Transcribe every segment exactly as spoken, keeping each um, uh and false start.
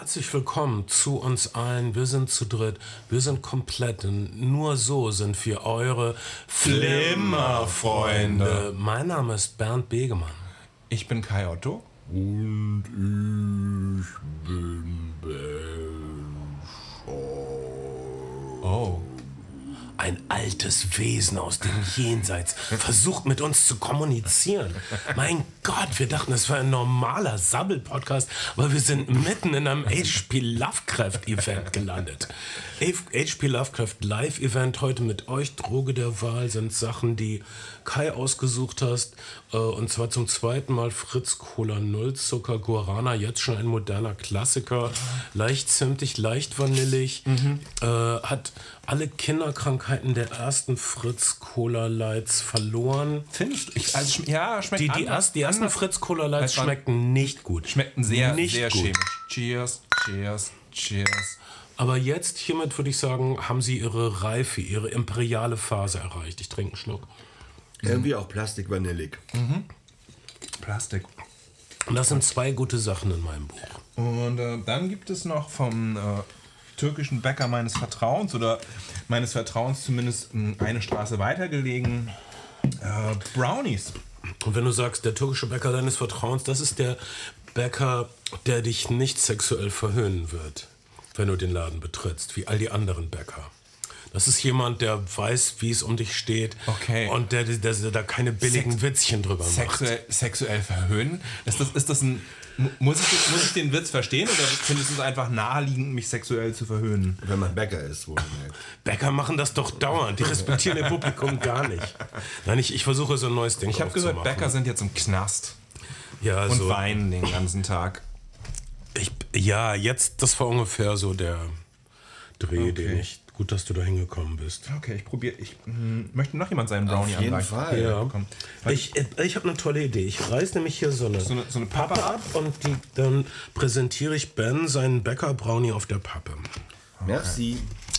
Herzlich willkommen zu uns allen. Wir sind zu dritt. Wir sind komplett. Und nur so sind wir eure Flimmerfreunde. Mein Name ist Bernd Begemann. Ich bin Kai Otto. Und ich bin Ben Schau. Oh. Ein altes Wesen aus dem Jenseits versucht mit uns zu kommunizieren. Mein Gott, wir dachten, es wäre ein normaler Sabbel-Podcast, aber wir sind mitten in einem H P Lovecraft-Event gelandet. H P Lovecraft Live-Event heute mit euch. Droge der Wahl sind Sachen, die Kai ausgesucht hast. Und zwar zum zweiten Mal Fritz Cola Nullzucker Guarana, jetzt schon ein moderner Klassiker. Leicht zimtig, leicht vanillig. Mhm. Äh, hat alle Kinderkrankheiten der ersten Fritz Cola Lights verloren. Findest du? Ich, also, ja, schmeckt Die, die, erst, die ersten Fritz Cola Lights schmeckten nicht gut. Schmeckten sehr, nicht sehr gut. chemisch. Cheers, cheers, cheers. Aber jetzt, hiermit würde ich sagen, haben sie ihre Reife, ihre imperiale Phase erreicht. Ich trinke einen Schluck. Irgendwie auch Plastik-Vanillig. Mhm. Plastik. Und das sind zwei gute Sachen in meinem Buch. Und äh, dann gibt es noch vom äh, türkischen Bäcker meines Vertrauens, oder meines Vertrauens zumindest äh, eine Straße weiter gelegen, äh, Brownies. Und wenn du sagst, der türkische Bäcker deines Vertrauens, das ist der Bäcker, der dich nicht sexuell verhöhnen wird, wenn du den Laden betrittst, wie all die anderen Bäcker. Das ist jemand, der weiß, wie es um dich steht. Okay. Und der, der, der da keine billigen Sex- Witzchen drüber Sexuell, macht. sexuell verhöhnen? Ist das, ist das ein... Muss ich, muss ich den Witz verstehen oder findest du es einfach naheliegend, mich sexuell zu verhöhnen? Wenn man Bäcker ist, wohlgemerkt. Bäcker machen das doch dauernd. Die respektieren ihr Publikum gar nicht. Nein, ich, ich versuche so ein neues Ding Ich habe gehört, aufzumachen. Bäcker sind jetzt im Knast ja, und so, weinen den ganzen Tag. Ich, ja, jetzt, das war ungefähr so der Dreh, Okay. den ich... Gut, dass du da hingekommen bist. Okay, ich probiere. Ich mh, möchte noch jemand seinen Brownie Auf jeden anreichen? Fall. Ja. Komm. Ich, ich habe eine tolle Idee. Ich reiß nämlich hier so eine, So eine, so eine Pappe Pappe ab und die, dann präsentiere ich Ben seinen Bäcker-Brownie auf der Pappe. Merci.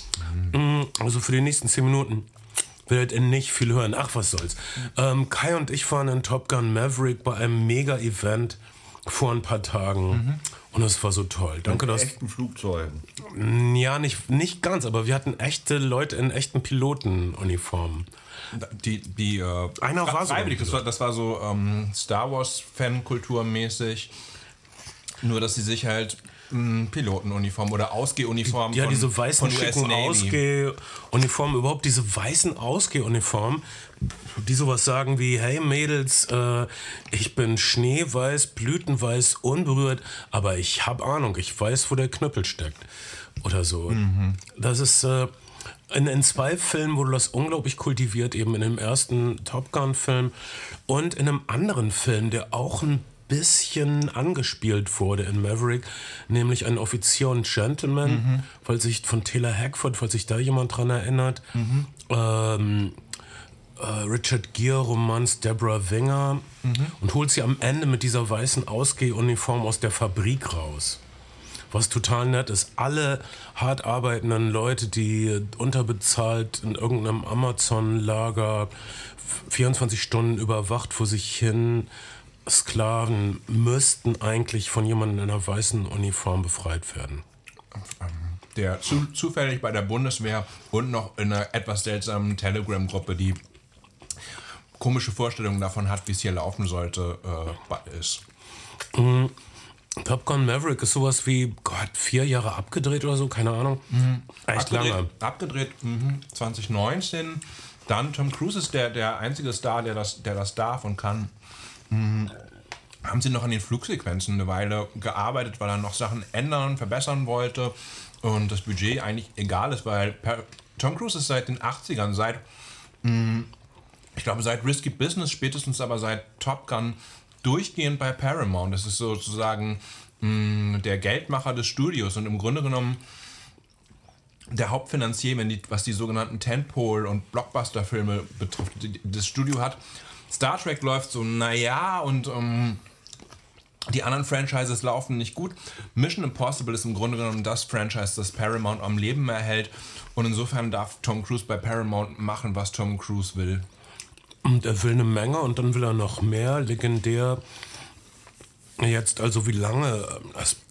Also für die nächsten zehn Minuten werdet ihr nicht viel hören. Ach, was soll's. Ähm, Kai und ich waren in Top Gun Maverick bei einem Mega-Event vor ein paar Tagen. Mhm. Und es war so toll. Danke, dass... Echten Flugzeugen. Ja, nicht, nicht ganz, aber wir hatten echte Leute in echten Pilotenuniformen. Die, die, äh, Einer war so freiwillig. ein Das war, das war so ähm, Star Wars Fankultur-mäßig. Nur, dass sie sich halt mh, Pilotenuniform oder Ausgehuniform Ja, von, diese weißen, von U S schicken Navy. Ausgehuniformen, überhaupt diese weißen Ausgehuniformen, die sowas sagen wie, hey Mädels, äh, ich bin schneeweiß, blütenweiß, unberührt, aber ich habe Ahnung, ich weiß, wo der Knüppel steckt. Oder so. Mhm. Das ist... Äh, In, in zwei Filmen wurde das unglaublich kultiviert, eben in dem ersten Top Gun-Film und in einem anderen Film, der auch ein bisschen angespielt wurde in Maverick, nämlich ein Offizier und Gentleman, mhm. weil sich von Taylor Hackford, falls sich da jemand dran erinnert, mhm. ähm, äh, Richard Gere romanzt Deborah Winger mhm. und holt sie am Ende mit dieser weißen Ausgehuniform aus der Fabrik raus. Was total nett ist. Alle hart arbeitenden Leute, die unterbezahlt in irgendeinem Amazon-Lager vierundzwanzig Stunden überwacht vor sich hin, Sklaven, müssten eigentlich von jemandem in einer weißen Uniform befreit werden. Der zu, zufällig bei der Bundeswehr und noch in einer etwas seltsamen Telegram-Gruppe, die komische Vorstellungen davon hat, wie es hier laufen sollte, äh, ist. Mhm. Top Gun Maverick ist sowas wie, Gott, vier Jahre abgedreht oder so, keine Ahnung. Mhm. Echt abgedreht, lange. Abgedreht mhm, zwanzig neunzehn. Dann Tom Cruise ist der, der einzige Star, der das, der das darf und kann. Mhm. Haben sie noch an den Flugsequenzen eine Weile gearbeitet, weil er noch Sachen ändern, verbessern wollte und das Budget eigentlich egal ist, weil per, Tom Cruise ist seit den achtzigern, seit, mh, ich glaube seit Risky Business, spätestens aber seit Top Gun durchgehend bei Paramount. Das ist sozusagen mh, der Geldmacher des Studios und im Grunde genommen der Hauptfinanzier, wenn die, was die sogenannten Tentpole- und Blockbuster-Filme betrifft. Das Studio hat Star Trek läuft so, naja, und ähm, die anderen Franchises laufen nicht gut. Mission Impossible ist im Grunde genommen das Franchise, das Paramount am Leben erhält. Und insofern darf Tom Cruise bei Paramount machen, was Tom Cruise will. Und er will eine Menge und dann will er noch mehr. Legendär. Jetzt, also wie lange? Das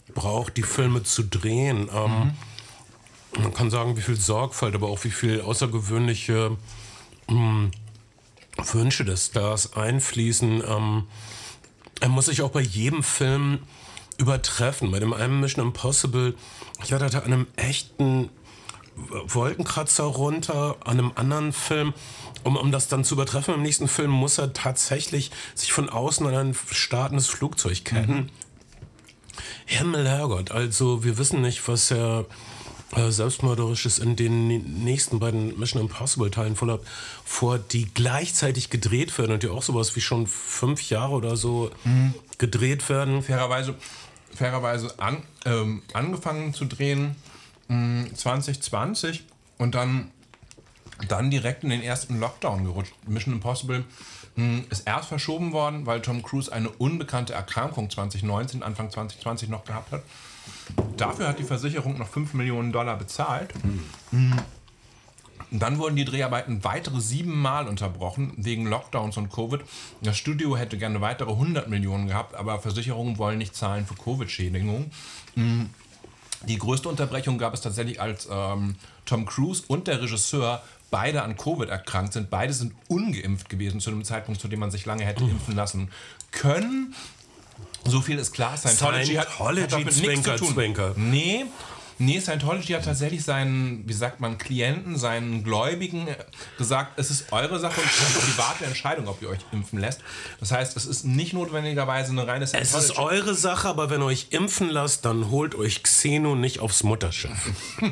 braucht, die Filme zu drehen. Ähm, mhm. Man kann sagen, wie viel Sorgfalt, aber auch wie viel außergewöhnliche mh, Wünsche des Stars einfließen. Ähm, er muss sich auch bei jedem Film übertreffen. Bei dem einen Mission Impossible, ich hatte an einem echten Wolkenkratzer runter, an einem anderen Film. Um, um das dann zu übertreffen im nächsten Film, muss er tatsächlich sich von außen an ein startendes Flugzeug ketten. Mhm. Himmel, Herrgott, also wir wissen nicht, was er äh, Selbstmörderisches in den nächsten beiden Mission Impossible Teilen vorhat, vor, die gleichzeitig gedreht werden und die auch sowas wie schon fünf Jahre oder so mhm. gedreht werden. Fairerweise, fairerweise an, ähm, angefangen zu drehen mh, zwanzig zwanzig und dann Dann direkt in den ersten Lockdown gerutscht. Mission Impossible mh, ist erst verschoben worden, weil Tom Cruise eine unbekannte Erkrankung zwanzig neunzehn, Anfang zwanzig zwanzig noch gehabt hat. Dafür hat die Versicherung noch fünf Millionen Dollar bezahlt. Mhm. Und dann wurden die Dreharbeiten weitere sieben Mal unterbrochen, wegen Lockdowns und Covid. Das Studio hätte gerne weitere hundert Millionen gehabt, aber Versicherungen wollen nicht zahlen für Covid-Schädigungen. Mhm. Die größte Unterbrechung gab es tatsächlich, als ähm, Tom Cruise und der Regisseur beide an Covid erkrankt sind. Beide sind ungeimpft gewesen zu einem Zeitpunkt, zu dem man sich lange hätte impfen lassen können. So viel ist klar. Scientology, Scientology hat, hat damit Zwinker, nichts zu tun. Zwinker. Nee, nee, Scientology hat tatsächlich seinen, wie sagt man, Klienten, seinen Gläubigen gesagt, es ist eure Sache und eine private Entscheidung, ob ihr euch impfen lässt. Das heißt, es ist nicht notwendigerweise eine reine Scientology. Es ist eure Sache, aber wenn ihr euch impfen lasst, dann holt euch Xeno nicht aufs Mutterschiff.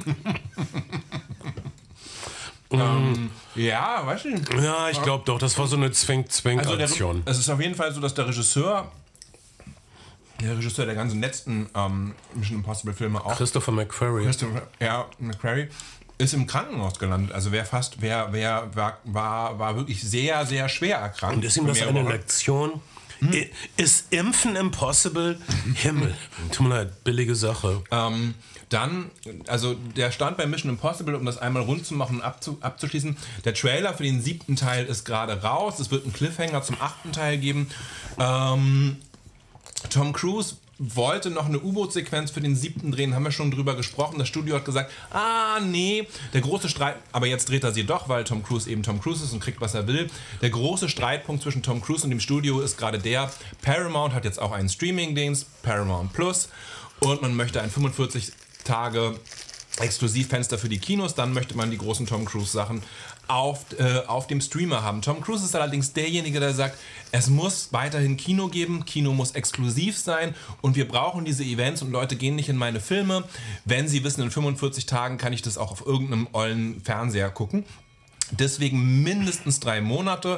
ähm, ja, weißt du? Ja, ich glaube doch, das war so eine Zwink-Zwink-Aktion. Also es ist auf jeden Fall so, dass der Regisseur, der Regisseur der ganzen letzten ähm, Mission Impossible Filme auch, Christopher McQuarrie, Christopher, ja, McQuarrie, ist im Krankenhaus gelandet. Also wer fast, wer, wer war, war, war wirklich sehr, sehr schwer erkrankt. Und ist ihm das eine Lektion? Hm? Ist Impfen impossible? Himmel. Tut mir leid, billige Sache. Ähm, dann, also der Stand bei Mission Impossible, um das einmal rund zu machen und abzu, abzuschließen, der Trailer für den siebten Teil ist gerade raus. Es wird einen Cliffhanger zum achten Teil geben. Ähm, Tom Cruise wollte noch eine U-Boot-Sequenz für den siebten drehen, haben wir schon drüber gesprochen. Das Studio hat gesagt, ah nee, der große Streit, aber jetzt dreht er sie doch, weil Tom Cruise eben Tom Cruise ist und kriegt, was er will. Der große Streitpunkt zwischen Tom Cruise und dem Studio ist gerade der, Paramount hat jetzt auch einen Streaming-Dienst, Paramount Plus, und man möchte ein fünfundvierzig Tage Exklusivfenster für die Kinos, dann möchte man die großen Tom Cruise Sachen auf, äh, auf dem Streamer haben. Tom Cruise ist allerdings derjenige, der sagt, es muss weiterhin Kino geben, Kino muss exklusiv sein und wir brauchen diese Events und Leute gehen nicht in meine Filme, wenn sie wissen, in fünfundvierzig Tagen kann ich das auch auf irgendeinem ollen Fernseher gucken. Deswegen mindestens drei Monate.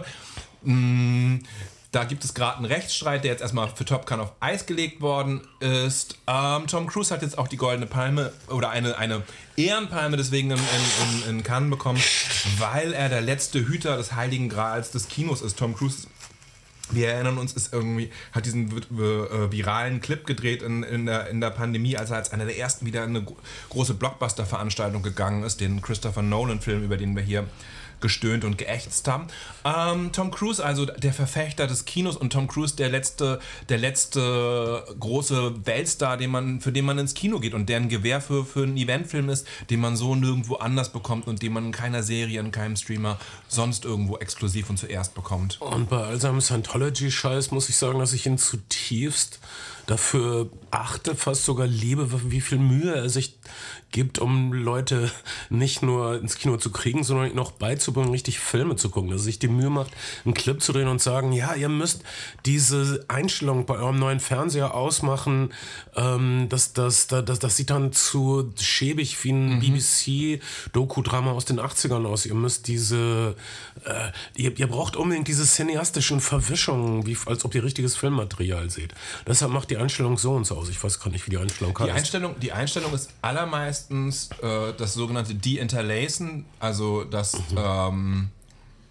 Mmh. Da gibt es gerade einen Rechtsstreit, der jetzt erstmal für Top Gun auf Eis gelegt worden ist. Ähm, Tom Cruise hat jetzt auch die Goldene Palme oder eine, eine Ehrenpalme deswegen in, in, in Cannes bekommen, weil er der letzte Hüter des Heiligen Grals des Kinos ist. Tom Cruise, wir erinnern uns, ist irgendwie, hat diesen äh, viralen Clip gedreht in, in, der, in der Pandemie, als er als einer der ersten wieder in eine große Blockbuster-Veranstaltung gegangen ist, den Christopher Nolan-Film, über den wir hier gestöhnt und geächtzt haben. Ähm, Tom Cruise, also der Verfechter des Kinos, und Tom Cruise der letzte, der letzte große Weltstar, den man, für den man ins Kino geht und der ein Gewehr für, für einen Eventfilm ist, den man so nirgendwo anders bekommt und den man in keiner Serie, in keinem Streamer sonst irgendwo exklusiv und zuerst bekommt. Und bei all seinem Scientology-Scheiß muss ich sagen, dass ich ihn zutiefst dafür achte, fast sogar liebe, wie viel Mühe er sich gibt, um Leute nicht nur ins Kino zu kriegen, sondern ihnen auch beizubringen, richtig Filme zu gucken. Dass er sich die Mühe macht, einen Clip zu drehen und sagen, ja, ihr müsst diese Einstellung bei eurem neuen Fernseher ausmachen. Ähm, das, das, das, das sieht dann zu schäbig wie ein mhm. B B C-Doku-Drama aus den achtzigern aus. Ihr müsst diese, äh, ihr, ihr braucht unbedingt diese cineastischen Verwischungen, wie, als ob ihr richtiges Filmmaterial seht. Deshalb macht die Einstellung so und so aus. Ich weiß gar nicht, wie die Einstellung heißt. Die Einstellung, die Einstellung ist allermeistens äh, das sogenannte De-Interlacen, also das, mhm. ähm,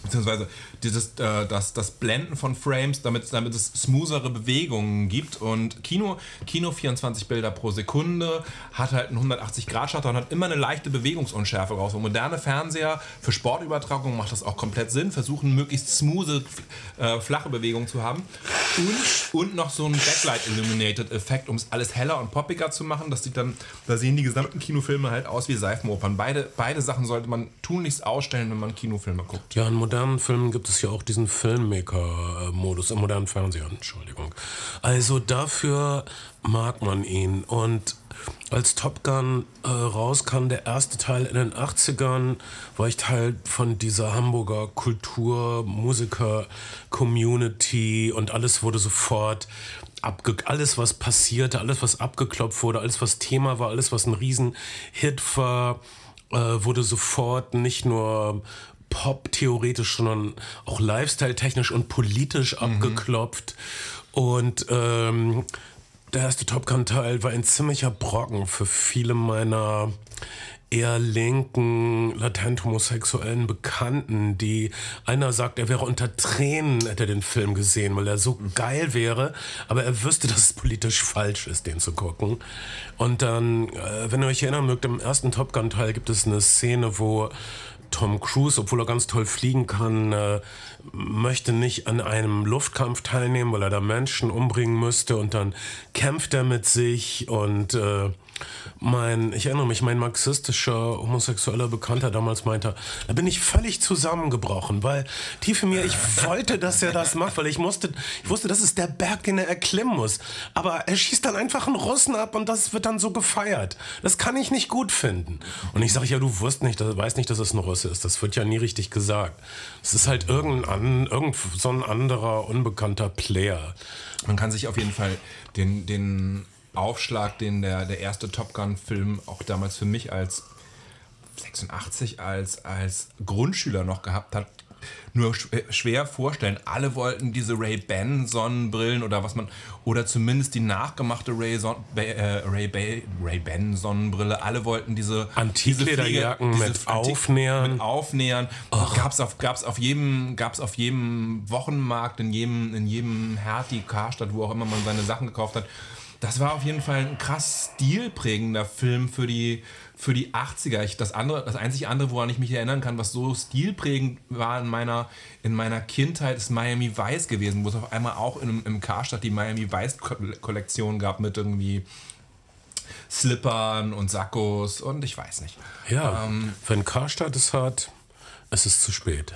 beziehungsweise dieses, äh, das, das Blenden von Frames, damit, damit es smoothere Bewegungen gibt. Und Kino, Kino vierundzwanzig Bilder pro Sekunde, hat halt einen hundertachtzig Grad Shutter und hat immer eine leichte Bewegungsunschärfe raus. Und moderne Fernseher für Sportübertragungen macht das auch komplett Sinn, versuchen möglichst smooth, äh, flache Bewegungen zu haben. Und, und noch so ein Backlight-Illuminated-Effekt, um es alles heller und poppiger zu machen. Das sieht dann, da sehen die gesamten Kinofilme halt aus wie Seifenopern. Beide, beide Sachen sollte man tunlichst ausstellen, wenn man Kinofilme guckt. Ja, in modernen Filmen gibt es ja auch diesen Filmmaker-Modus, im modernen Fernseher, Entschuldigung. Also dafür mag man ihn. Und als Top Gun äh, rauskam, der erste Teil in den achtzigern, war ich Teil von dieser Hamburger Kultur-, Musiker-Community und alles wurde sofort abge... Alles, was passierte, alles, was abgeklopft wurde, alles, was Thema war, alles, was ein Riesenhit war, äh, wurde sofort nicht nur Pop-theoretisch, sondern auch Lifestyle-technisch und politisch mhm. abgeklopft. Und ähm, der erste Top Gun-Teil war ein ziemlicher Brocken für viele meiner eher linken, latent homosexuellen Bekannten, die einer sagt, er wäre unter Tränen, hätte er den Film gesehen, weil er so geil wäre, aber er wüsste, dass es politisch falsch ist, den zu gucken. Und dann, äh, wenn ihr euch erinnern mögt, im ersten Top Gun-Teil gibt es eine Szene, wo Tom Cruise, obwohl er ganz toll fliegen kann, äh, möchte nicht an einem Luftkampf teilnehmen, weil er da Menschen umbringen müsste, und dann kämpft er mit sich und äh, mein, ich erinnere mich, mein marxistischer homosexueller Bekannter damals meinte, da bin ich völlig zusammengebrochen, weil tief in mir, ich wollte, dass er das macht, weil ich musste, ich wusste, das ist der Berg, den er erklimmen muss. Aber er schießt dann einfach einen Russen ab und das wird dann so gefeiert. Das kann ich nicht gut finden. Und ich sage, ja, du wusst nicht, du weißt nicht, dass es ein Russe ist. Das wird ja nie richtig gesagt. Es ist halt irgendein, irgend so ein anderer, unbekannter Player. Man kann sich auf jeden Fall den, den Aufschlag, den der, der erste Top Gun-Film auch damals für mich als sechsundachtzig als, als Grundschüler noch gehabt hat, nur schwer vorstellen. Alle wollten diese Ray-Ban-Sonnenbrillen oder was man, oder zumindest die nachgemachte Ray-Son, äh, Ray, Ray-Ban-Sonnenbrille. Alle wollten diese Antiklederjacken diese mit Aufnähern. Mit Aufnähern. Gab's auf, gab's auf jedem, gab's auf jedem Wochenmarkt, in jedem, in jedem Hertie, Karstadt, wo auch immer man seine Sachen gekauft hat. Das war auf jeden Fall ein krass stilprägender Film für die, für die achtziger. Ich, das, andere, das einzige andere, woran ich mich erinnern kann, was so stilprägend war in meiner, in meiner Kindheit, ist Miami Vice gewesen, wo es auf einmal auch in, im Karstadt die Miami Vice-Kollektion gab mit irgendwie Slippern und Sakkos und ich weiß nicht. Ja, ähm, wenn Karstadt es hat, ist es zu spät.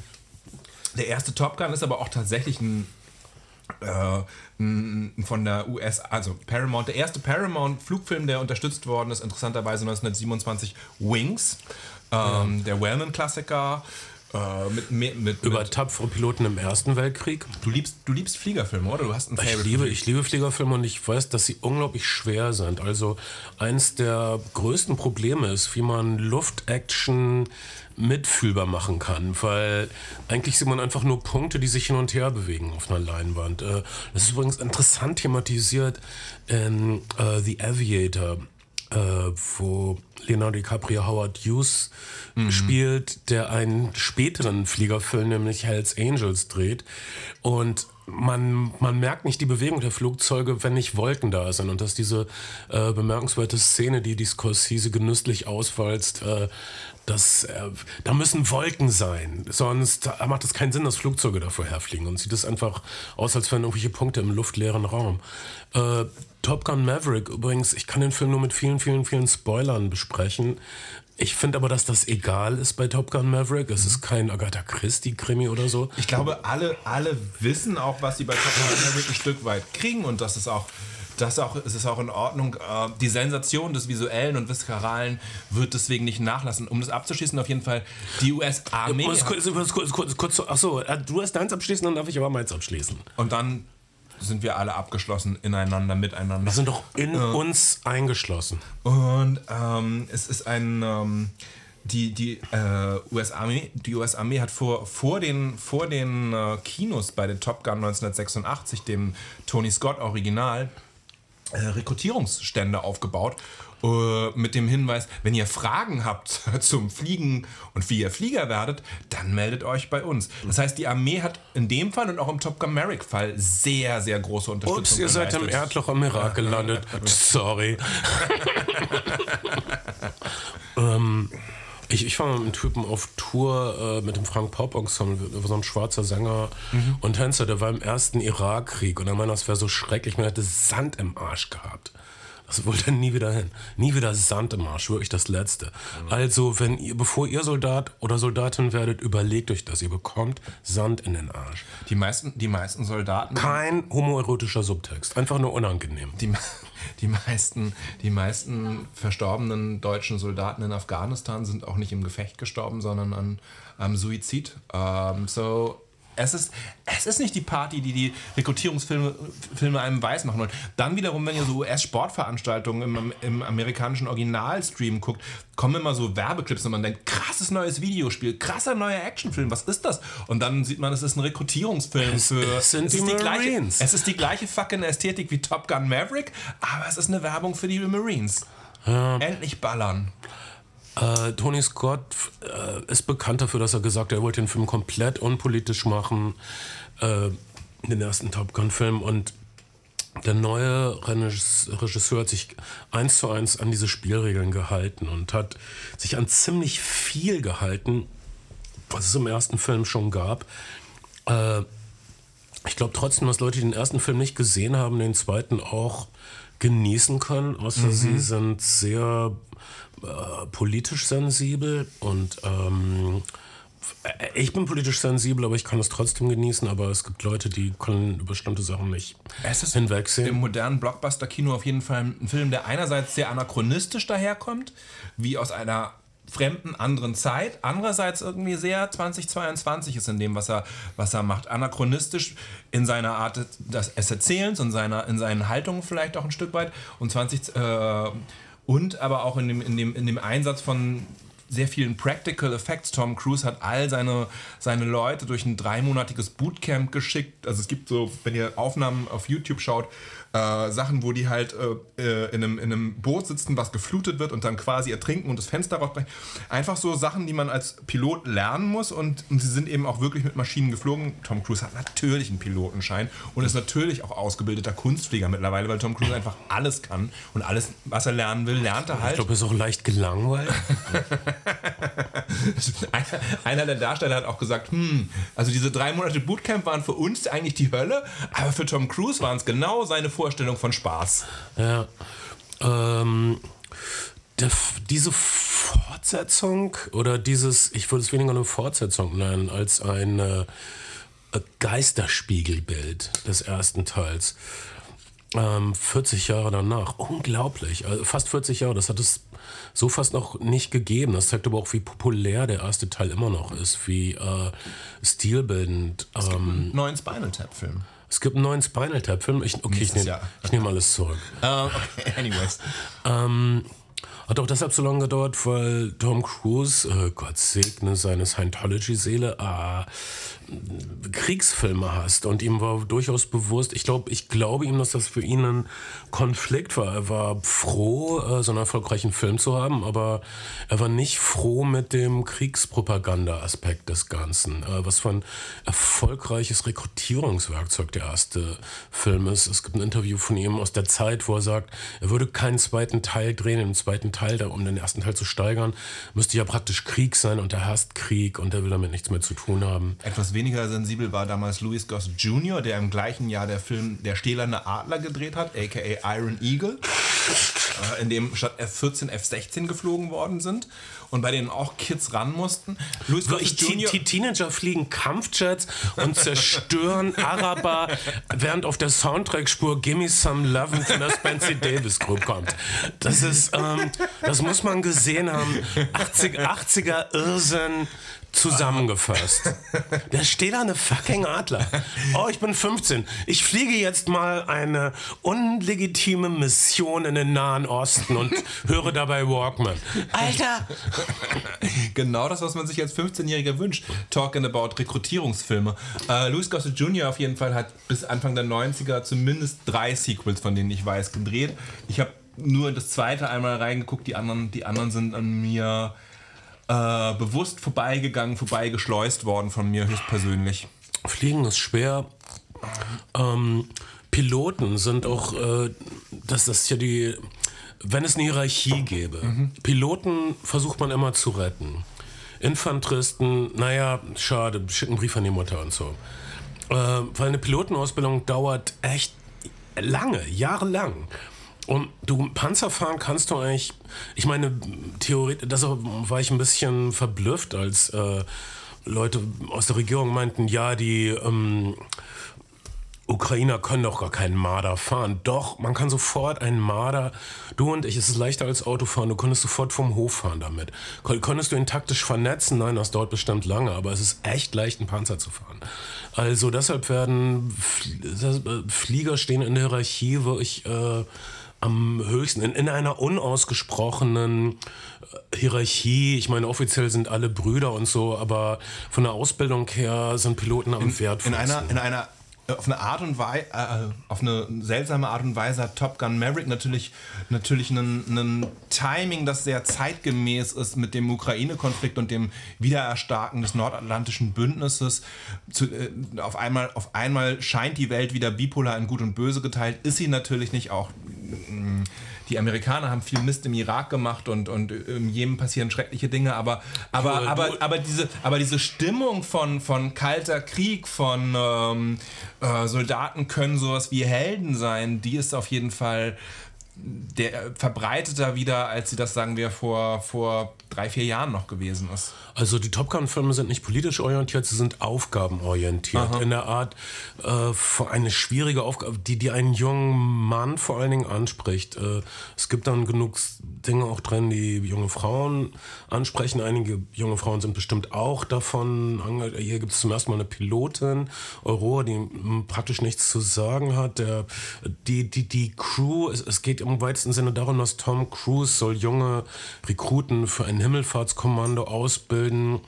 Der erste Top Gun ist aber auch tatsächlich ein Äh, von der U S, also Paramount, der erste Paramount-Flugfilm, der unterstützt worden ist, interessanterweise neunzehnhundertsiebenundzwanzig, Wings, ähm, ja. Der Wellman-Klassiker. Äh, mit, mit, mit, Über mit tapfere Piloten im Ersten Weltkrieg. Du liebst, du liebst Fliegerfilme, oder? Du hast einen Favorite. Ich liebe, ich liebe Fliegerfilme und ich weiß, dass sie unglaublich schwer sind. Also eins der größten Probleme ist, wie man Luftaction mitfühlbar machen kann, weil eigentlich sieht man einfach nur Punkte, die sich hin und her bewegen auf einer Leinwand. Das ist übrigens interessant thematisiert in uh, The Aviator, Uh, wo Leonardo DiCaprio Howard Hughes mhm. spielt, der einen späteren Fliegerfilm, nämlich Hells Angels, dreht. Und man, man merkt nicht die Bewegung der Flugzeuge, wenn nicht Wolken da sind. Und dass diese äh, bemerkenswerte Szene, die die Scorsese genüsslich auswalzt, äh, das, äh, da müssen Wolken sein. Sonst macht es keinen Sinn, dass Flugzeuge davor herfliegen. Und sieht es einfach aus, als wären irgendwelche Punkte im luftleeren Raum. Äh, Top Gun Maverick übrigens, ich kann den Film nur mit vielen, vielen, vielen Spoilern besprechen. Ich finde aber, dass das egal ist bei Top Gun Maverick. Es ist kein Agatha Christie-Krimi oder so. Ich glaube, alle, alle wissen auch, was sie bei Top Gun Maverick ein Stück weit kriegen und das ist auch, das auch, es ist auch in Ordnung. Die Sensation des Visuellen und Visceralen wird deswegen nicht nachlassen. Um das abzuschließen, auf jeden Fall die U S-Armee. Kurz, kurz, kurz, kurz, kurz, achso, du hast deins abschließen, dann darf ich aber meins abschließen. Und dann sind wir alle abgeschlossen, ineinander, miteinander. Wir sind doch in äh, uns eingeschlossen. Und ähm, es ist ein... Ähm, die, die, äh, U S-Armee, die U S-Armee hat vor, vor den, vor den äh, Kinos bei den Top Gun neunzehnhundertsechsundachtzig, dem Tony Scott Original, äh, Rekrutierungsstände aufgebaut. Uh, mit dem Hinweis, wenn ihr Fragen habt zum Fliegen und wie ihr Flieger werdet, dann meldet euch bei uns. Das heißt, die Armee hat in dem Fall und auch im Top Gun Maverick-Fall sehr, sehr große Unterstützung Ups, ihr seid im Erdloch am Irak gelandet. Sorry. ähm, ich, ich war mit einem Typen auf Tour äh, mit dem Frank Pop Ensemble, so ein schwarzer Sänger mhm. und Tänzer, der war im ersten Irakkrieg und er meinte, das wäre so schrecklich, man hätte Sand im Arsch gehabt. Das wollte er nie wieder hin. Nie wieder Sand im Arsch, wirklich das Letzte. Mhm. Also, wenn ihr, bevor ihr Soldat oder Soldatin werdet, überlegt euch das. Ihr bekommt Sand in den Arsch. Die meisten, die meisten Soldaten... Kein homoerotischer Subtext. Einfach nur unangenehm. Die, die, meisten, die meisten verstorbenen deutschen Soldaten in Afghanistan sind auch nicht im Gefecht gestorben, sondern an, am Suizid. Um, so... Es ist, es ist nicht die Party, die die Rekrutierungsfilme Filme einem weiß machen wollen. Dann wiederum, wenn ihr so U S-Sportveranstaltungen im, im amerikanischen Originalstream guckt, kommen immer so Werbeclips und man denkt, krasses neues Videospiel, krasser neuer Actionfilm, was ist das? Und dann sieht man, es ist ein Rekrutierungsfilm es, für... Es sind es die ist die gleiche, Marines. Es ist die gleiche fucking Ästhetik wie Top Gun Maverick, aber es ist eine Werbung für die Marines. Ja. Endlich ballern. Äh, Tony Scott äh, ist bekannt dafür, dass er gesagt hat, er wollte den Film komplett unpolitisch machen, äh, den ersten Top Gun-Film. Und der neue Regisseur hat sich eins zu eins an diese Spielregeln gehalten und hat sich an ziemlich viel gehalten, was es im ersten Film schon gab. Äh, ich glaube trotzdem, dass Leute, die den ersten Film nicht gesehen haben, den zweiten auch genießen können, außer mhm. sie sind sehr äh, politisch sensibel und ähm, ich bin politisch sensibel, aber ich kann es trotzdem genießen, aber es gibt Leute, die können bestimmte Sachen nicht es ist hinwegsehen. Im modernen Blockbuster-Kino auf jeden Fall ein Film, der einerseits sehr anachronistisch daherkommt, wie aus einer fremden, anderen Zeit, andererseits irgendwie sehr zweitausendzweiundzwanzig ist in dem, was er, was er macht. Anachronistisch in seiner Art des Erzählens und seiner, in seinen Haltungen vielleicht auch ein Stück weit und zwanzig äh, und aber auch in dem, in dem, in dem Einsatz von sehr vielen Practical Effects. Tom Cruise hat all seine, seine Leute durch ein dreimonatiges Bootcamp geschickt. Also es gibt so, wenn ihr Aufnahmen auf YouTube schaut, äh, Sachen, wo die halt äh, in, einem, in einem Boot sitzen, was geflutet wird und dann quasi ertrinken und das Fenster rausbrechen. Einfach so Sachen, die man als Pilot lernen muss und, und sie sind eben auch wirklich mit Maschinen geflogen. Tom Cruise hat natürlich einen Pilotenschein und ist natürlich auch ausgebildeter Kunstflieger mittlerweile, weil Tom Cruise einfach alles kann und alles, was er lernen will, lernt er halt. Ich glaube, er ist auch leicht gelangweilt. einer, einer der Darsteller hat auch gesagt, hm, also diese drei Monate Bootcamp waren für uns eigentlich die Hölle, aber für Tom Cruise waren es genau seine Vorstellung von Spaß. Ja, ähm, der, diese Fortsetzung oder dieses, ich würde es weniger eine Fortsetzung nennen, als ein äh, Geisterspiegelbild des ersten Teils. Ähm, vierzig Jahre danach, unglaublich, also fast vierzig Jahre, das hat es so fast noch nicht gegeben. Das zeigt aber auch, wie populär der erste Teil immer noch ist, wie äh, stilbildend. Es gibt ähm, einen neuen Spinal Tap-Film. Es gibt einen neuen Spinal Tap-Film. Ich, okay, ich nehme nehm alles zurück. Uh, okay, anyways. ähm, hat auch deshalb so lange gedauert, weil Tom Cruise, äh, Gott segne seine Scientology-Seele, äh, Kriegsfilme hasst. Und ihm war durchaus bewusst, ich glaube, ich glaube ihm, dass das für ihn ein Konflikt war. Er war froh, äh, so einen erfolgreichen Film zu haben, aber er war nicht froh mit dem Kriegspropaganda-Aspekt des Ganzen. Äh, was für ein erfolgreiches Rekrutierungswerkzeug der erste Film ist. Es gibt ein Interview von ihm aus der Zeit, wo er sagt, er würde keinen zweiten Teil drehen. Im zweiten Teil, um den ersten Teil zu steigern, müsste ja praktisch Krieg sein und er hasst Krieg und er will damit nichts mehr zu tun haben. Etwas weniger sensibel war damals Louis Goss Junior, der im gleichen Jahr der Film Der stählerne Adler gedreht hat, aka Iron Eagle, in dem statt F vierzehn F sechzehn geflogen worden sind und bei denen auch Kids ran mussten. Louis Goss Junior Die Teenager fliegen Kampfjets und zerstören Araber, während auf der Soundtrack-Spur Gimme Some Lovin' von der Spencer Davis Group kommt. Das ist, ähm, das muss man gesehen haben. achtziger Irrsinn zusammengefasst. Der, steht da eine fucking Adler. Oh, ich bin fünfzehn. Ich fliege jetzt mal eine unlegitime Mission in den Nahen Osten und höre dabei Walkman. Alter! Genau das, was man sich als fünfzehnjähriger wünscht. Talking about Rekrutierungsfilme. Äh, Louis Gossett Junior auf jeden Fall hat bis Anfang der neunziger zumindest drei Sequels, von denen ich weiß, gedreht. Ich habe nur das zweite einmal reingeguckt, die anderen, die anderen sind an mir äh, bewusst vorbeigegangen, vorbeigeschleust worden von mir höchstpersönlich. Fliegen ist schwer. Ähm, Piloten sind auch, äh, das, das ist ja die, wenn es eine Hierarchie gäbe. Mhm. Piloten versucht man immer zu retten. Infanteristen, naja, schade, schicken einen Brief an die Mutter und so. Äh, weil eine Pilotenausbildung dauert echt lange, jahrelang. Und du, Panzer fahren kannst du eigentlich, ich meine, theoretisch, das war ich ein bisschen verblüfft, als äh, Leute aus der Regierung meinten, ja, die ähm, Ukrainer können doch gar keinen Marder fahren. Doch, man kann sofort einen Marder, du und ich, es ist leichter als Autofahren, du könntest sofort vom Hof fahren damit. Konntest du ihn taktisch vernetzen? Nein, das dauert bestimmt lange, aber es ist echt leicht, einen Panzer zu fahren. Also deshalb werden Flieger stehen in der Hierarchie, wo ich äh, am höchsten, in, in einer unausgesprochenen Hierarchie, ich meine, offiziell sind alle Brüder und so, aber von der Ausbildung her sind Piloten am wertvollsten. In einer, in einer auf eine Art und Weise, äh, auf eine seltsame Art und Weise hat Top Gun Maverick natürlich, natürlich einen, einen Timing, das sehr zeitgemäß ist mit dem Ukraine-Konflikt und dem Wiedererstarken des nordatlantischen Bündnisses. Zu, äh, auf einmal, auf einmal scheint die Welt wieder bipolar in Gut und Böse geteilt, ist sie natürlich nicht auch. Mh, Die Amerikaner haben viel Mist im Irak gemacht und, und im Jemen passieren schreckliche Dinge, aber, aber, du, aber, du, aber, diese, aber diese Stimmung von, von kalter Krieg, von ähm, äh, Soldaten können sowas wie Helden sein, die ist auf jeden Fall der, verbreiteter wieder, als sie das, sagen wir, vor, vor drei, vier Jahren noch gewesen ist. Also die Top Gun-Filme sind nicht politisch orientiert, sie sind aufgabenorientiert. Aha. In der Art, äh, eine schwierige Aufgabe, die, die einen jungen Mann vor allen Dingen anspricht. Äh, es gibt dann genug Dinge auch drin, die junge Frauen ansprechen. Einige junge Frauen sind bestimmt auch davon ange- Hier gibt es zum ersten Mal eine Pilotin, Aurora, die m, praktisch nichts zu sagen hat. Der, die, die, die Crew, es, es geht im weitesten Sinne darum, dass Tom Cruise soll junge Rekruten für ein Himmelfahrtskommando ausbilden.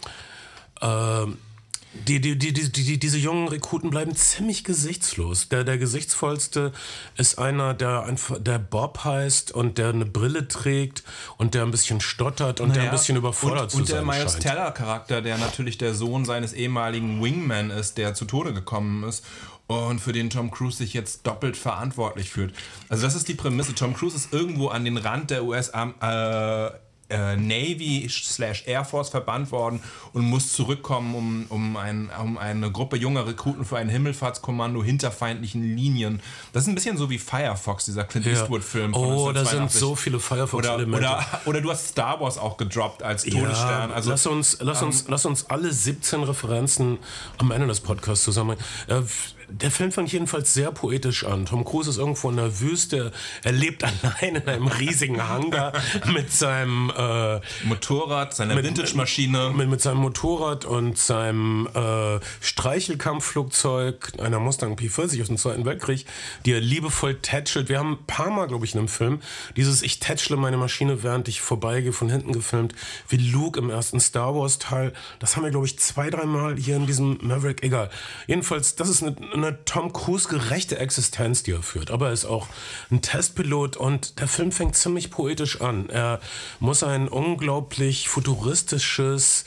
Äh, die, die, die, die, die, diese jungen Rekruten bleiben ziemlich gesichtslos. Der, der gesichtsvollste ist einer, der einfach, der Bob heißt und der eine Brille trägt und der ein bisschen stottert und naja, der ein bisschen überfordert und, zu und sein der Miles scheint. Teller-Charakter, der natürlich der Sohn seines ehemaligen Wingman ist, der zu Tode gekommen ist und für den Tom Cruise sich jetzt doppelt verantwortlich fühlt. Also das ist die Prämisse. Tom Cruise ist irgendwo an den Rand der U S äh, äh, Navy slash Air Force verbannt worden und muss zurückkommen, um, um, ein, um eine Gruppe junger Rekruten für ein Himmelfahrtskommando hinter feindlichen Linien. Das ist ein bisschen so wie Firefox, dieser Clint Eastwood-Film. Ja. Oh, da sind so viele Firefox-Elemente. Oder, oder, oder du hast Star Wars auch gedroppt als Todesstern. Ja, also, lass, uns, lass, ähm, uns, lass uns alle siebzehn Referenzen am Ende des Podcasts zusammen. Äh, Der Film fängt jedenfalls sehr poetisch an. Tom Cruise ist irgendwo in der Wüste. Er lebt allein in einem riesigen Hangar mit seinem äh, Motorrad, seiner Vintage-Maschine. Mit, mit seinem Motorrad und seinem äh, Streichelkampfflugzeug, einer Mustang P vierzig aus dem Zweiten Weltkrieg, die er liebevoll tätschelt. Wir haben ein paar Mal, glaube ich, in einem Film dieses Ich tätschle meine Maschine, während ich vorbeigehe, von hinten gefilmt, wie Luke im ersten Star Wars-Teil. Das haben wir, glaube ich, zwei, dreimal hier in diesem Maverick. Egal. Jedenfalls, das ist eine eine Tom Cruise gerechte Existenz, die er führt. Aber er ist auch ein Testpilot und der Film fängt ziemlich poetisch an. Er muss ein unglaublich futuristisches,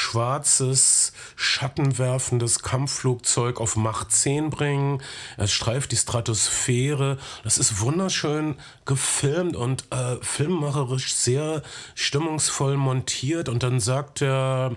schwarzes, schattenwerfendes Kampfflugzeug auf Mach zehn bringen. Er streift die Stratosphäre. Das ist wunderschön gefilmt und äh, filmmacherisch sehr stimmungsvoll montiert. Und dann sagt er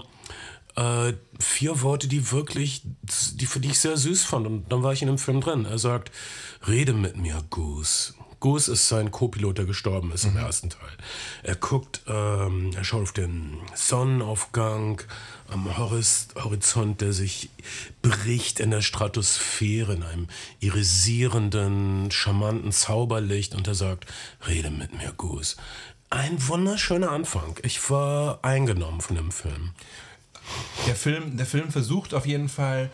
Äh, vier Worte, die wirklich, die für die ich sehr süß fand. Und dann war ich in dem Film drin. Er sagt, rede mit mir, Goose. Goose ist sein Co-Pilot, der gestorben ist mhm. im ersten Teil. Er guckt, ähm, er schaut auf den Sonnenaufgang am Horizont, der sich bricht in der Stratosphäre, in einem irisierenden, charmanten Zauberlicht. Und er sagt, rede mit mir, Goose. Ein wunderschöner Anfang. Ich war eingenommen von dem Film. der Film, der Film versucht auf jeden Fall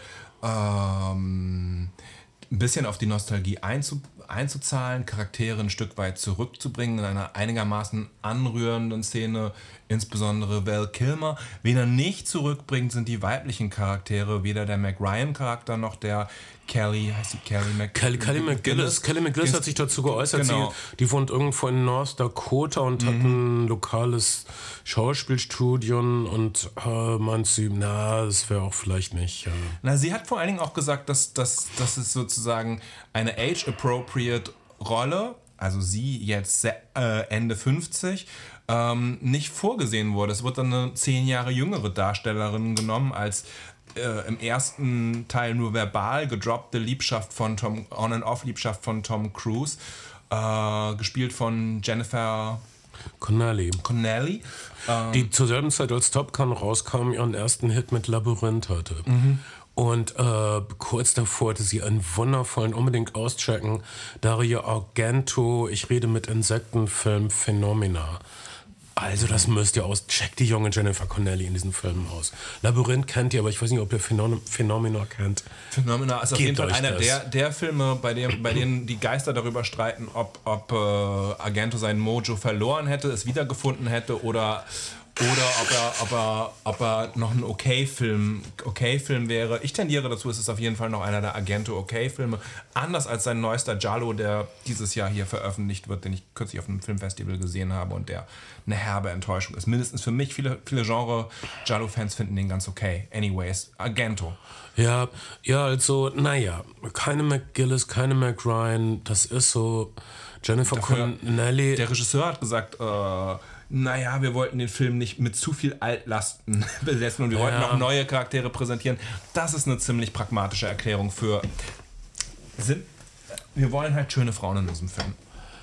ähm, ein bisschen auf die Nostalgie einzu, einzuzahlen, Charaktere ein Stück weit zurückzubringen in einer einigermaßen anrührenden Szene, insbesondere Val Kilmer. Wen er nicht zurückbringt, sind die weiblichen Charaktere, weder der Mac Ryan-Charakter noch der Kelly, heißt die Kelly Mac Kelly, Kelly McGillis. Kelly McGillis hat sich dazu geäußert, Genau. sie, die wohnt irgendwo in North Dakota und mhm. hat ein lokales Schauspielstudio und äh, meint sie, na, das wäre auch vielleicht nicht. Ja. Na, sie hat vor allen Dingen auch gesagt, dass, dass, dass es sozusagen eine age-appropriate Rolle, also sie jetzt äh, Ende fünfzig, ähm, nicht vorgesehen wurde. Es wird dann eine zehn Jahre jüngere Darstellerin genommen als Äh, im ersten Teil nur verbal gedroppte Liebschaft von Tom, On-and-Off-Liebschaft von Tom Cruise, äh, gespielt von Jennifer Connelly. Connelly. Ähm, die zur selben Zeit, als Top Gun rauskam, ihren ersten Hit mit Labyrinth hatte. Mhm. Und äh, kurz davor hatte sie einen wundervollen, unbedingt auschecken, Dario Argento, ich rede mit Insektenfilm Phenomena. Also das müsst ihr aus. Checkt die junge Jennifer Connelly in diesen Filmen aus. Labyrinth kennt ihr, aber ich weiß nicht, ob ihr Phenom- Phenomena kennt. Phenomena ist auf Gebt jeden Fall einer euch das. der, der Filme, bei, dem, bei denen die Geister darüber streiten, ob, ob äh, Argento sein Mojo verloren hätte, es wiedergefunden hätte oder, oder ob, er, ob, er, ob er noch ein Okay-Film okay Film wäre. Ich tendiere dazu, es ist auf jeden Fall noch einer der Argento-Okay-Filme. Anders als sein neuester Giallo, der dieses Jahr hier veröffentlicht wird, den ich kürzlich auf einem Filmfestival gesehen habe und der eine herbe Enttäuschung ist. Mindestens für mich. Viele, viele Genre-Giallo-Fans finden den ganz okay. Anyways, Argento. Ja, ja, also, naja, keine McGillis, keine Mac Ryan, das ist so. Jennifer Dafür, Connelly. Der Regisseur hat gesagt, äh, naja, wir wollten den Film nicht mit zu viel Altlasten besetzen und wir Ja. wollten auch neue Charaktere präsentieren. Das ist eine ziemlich pragmatische Erklärung für... Sind, wir wollen halt schöne Frauen in diesem Film.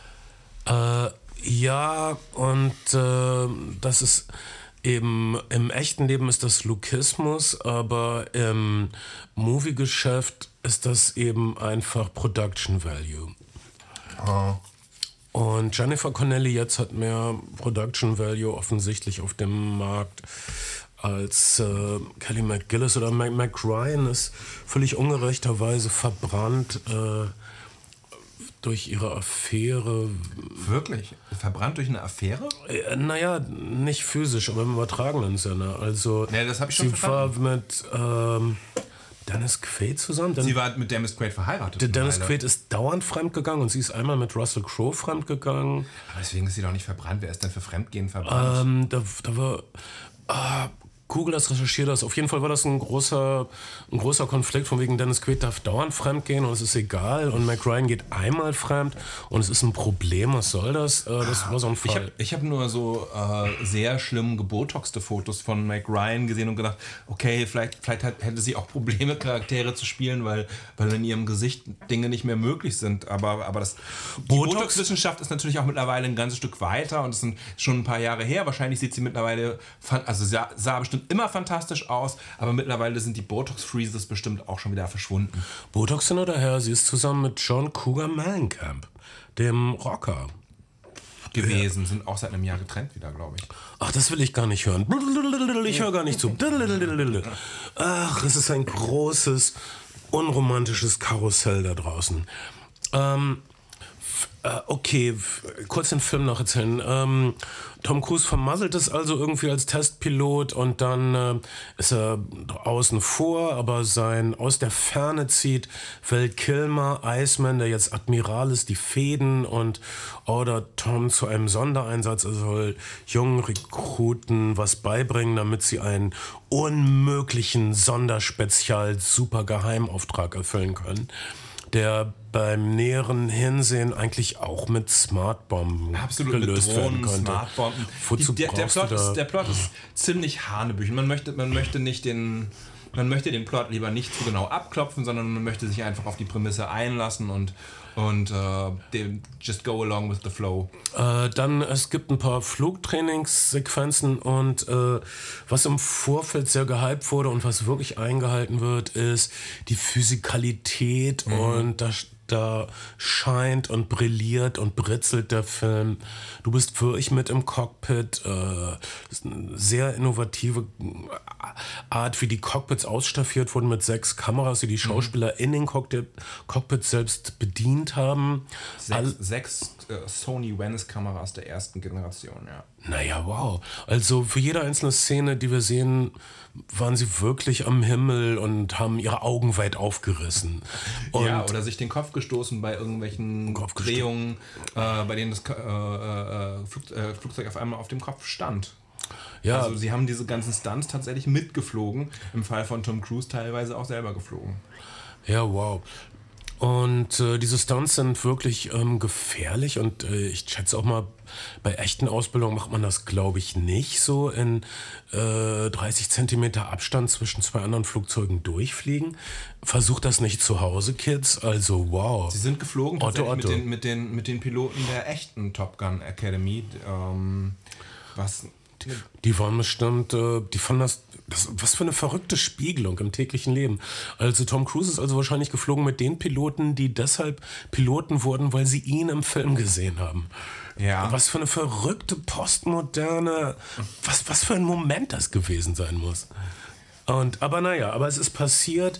Äh, ja, und äh, das ist eben, im echten Leben ist das Lukismus, aber im Movie-Geschäft ist das eben einfach Production Value. Oh. Und Jennifer Connelly jetzt hat mehr Production Value offensichtlich auf dem Markt als äh, Kelly McGillis oder Mac, Mac Ryan ist völlig ungerechterweise verbrannt äh, durch ihre Affäre. Wirklich? Verbrannt durch eine Affäre? Äh, naja, nicht physisch, aber im übertragenen Sinne. Also Ja, das hab ich schon sie verstanden. war mit ähm, Dennis Quaid zusammen. Sie war mit Dennis Quaid verheiratet. Der Dennis eine Quaid ist dauernd fremdgegangen und sie ist einmal mit Russell Crowe fremdgegangen. Aber deswegen ist sie doch nicht verbrannt. Wer ist denn für Fremdgehen verbrannt? Ähm, da, da war. Ah, Google das, recherchiert das. Auf jeden Fall war das ein großer, ein großer Konflikt, von wegen Dennis Quaid darf dauernd fremd gehen und es ist egal. Und Mac Ryan geht einmal fremd und es ist ein Problem. Was soll das? Äh, das war so ein Fall. Ich habe ich hab nur so äh, sehr schlimm gebotoxte Fotos von Mac Ryan gesehen und gedacht, okay, vielleicht, vielleicht hat, hätte sie auch Probleme, Charaktere zu spielen, weil, weil in ihrem Gesicht Dinge nicht mehr möglich sind. Aber, aber das, die Botox- Botox-Wissenschaft ist natürlich auch mittlerweile ein ganzes Stück weiter und es sind schon ein paar Jahre her. Wahrscheinlich sieht sie mittlerweile, fan- also sah, sah bestimmt immer fantastisch aus, aber mittlerweile sind die Botox-Freezes bestimmt auch schon wieder verschwunden. Botox hin oder her, sie ist zusammen mit John Cougar Mellencamp, dem Rocker. Gewesen, sind auch seit einem Jahr getrennt wieder, glaube ich. Ach, das will ich gar nicht hören. Ich höre gar nicht zu. Ach, es ist ein großes, unromantisches Karussell da draußen. Ähm, f- äh, okay, f- kurz den Film noch erzählen. Ähm, Tom Cruise vermasselt es also irgendwie als Testpilot und dann äh, ist er außen vor, aber sein aus der Ferne zieht Val Kilmer, Iceman, der jetzt Admiral ist, die Fäden und ordert Tom zu einem Sondereinsatz. Er soll jungen Rekruten was beibringen, damit sie einen unmöglichen Sonderspezial-Super-Geheimauftrag erfüllen können, der beim näheren Hinsehen eigentlich auch mit Smartbomben Absolut, gelöst mit werden Drohnen, könnte. Smartbomben. Wozu Die, der, der, brauchst Plot du da? ist, der Plot ist ziemlich hanebüchen. Man möchte, man möchte nicht den, man möchte den Plot lieber nicht zu genau abklopfen, sondern man möchte sich einfach auf die Prämisse einlassen und und äh, dem just go along with the flow. Äh, dann, es gibt ein paar Flugtrainingssequenzen und äh, was im Vorfeld sehr gehypt wurde und was wirklich eingehalten wird, ist die Physikalität Mhm. und da da scheint und brilliert und britzelt der Film. Du bist wirklich mit im Cockpit. Äh, ist eine sehr innovative Art, wie die Cockpits ausstaffiert wurden mit sechs Kameras, die die Schauspieler mhm. in den Cockpit, Cockpits selbst bedient haben. Sechs, All, sechs äh, Sony Venice-Kameras der ersten Generation, ja. Naja, wow. Also für jede einzelne Szene, die wir sehen, waren sie wirklich am Himmel und haben ihre Augen weit aufgerissen. Und ja, oder sich den Kopf gestoßen bei irgendwelchen Drehungen, äh, bei denen das äh, äh, Flug, äh, Flugzeug auf einmal auf dem Kopf stand. Ja. Also sie haben diese ganzen Stunts tatsächlich mitgeflogen, im Fall von Tom Cruise teilweise auch selber geflogen. Ja, wow. Und äh, diese Stunts sind wirklich ähm, gefährlich und äh, ich schätze auch mal, bei echten Ausbildungen macht man das, glaube ich, nicht so in äh, dreißig Zentimeter Abstand zwischen zwei anderen Flugzeugen durchfliegen. Versucht das nicht zu Hause, Kids. Also wow. Sie sind geflogen tatsächlich Otto, Otto. Mit, den, mit, den, mit den Piloten der echten Top Gun Academy. Ähm, was... Die waren bestimmt, äh, die fanden das, das, was für eine verrückte Spiegelung im täglichen Leben. Also Tom Cruise ist also wahrscheinlich geflogen mit den Piloten, die deshalb Piloten wurden, weil sie ihn im Film gesehen haben. Ja. Was für eine verrückte, postmoderne, was, was für ein Moment das gewesen sein muss. Und, aber naja, aber es ist passiert.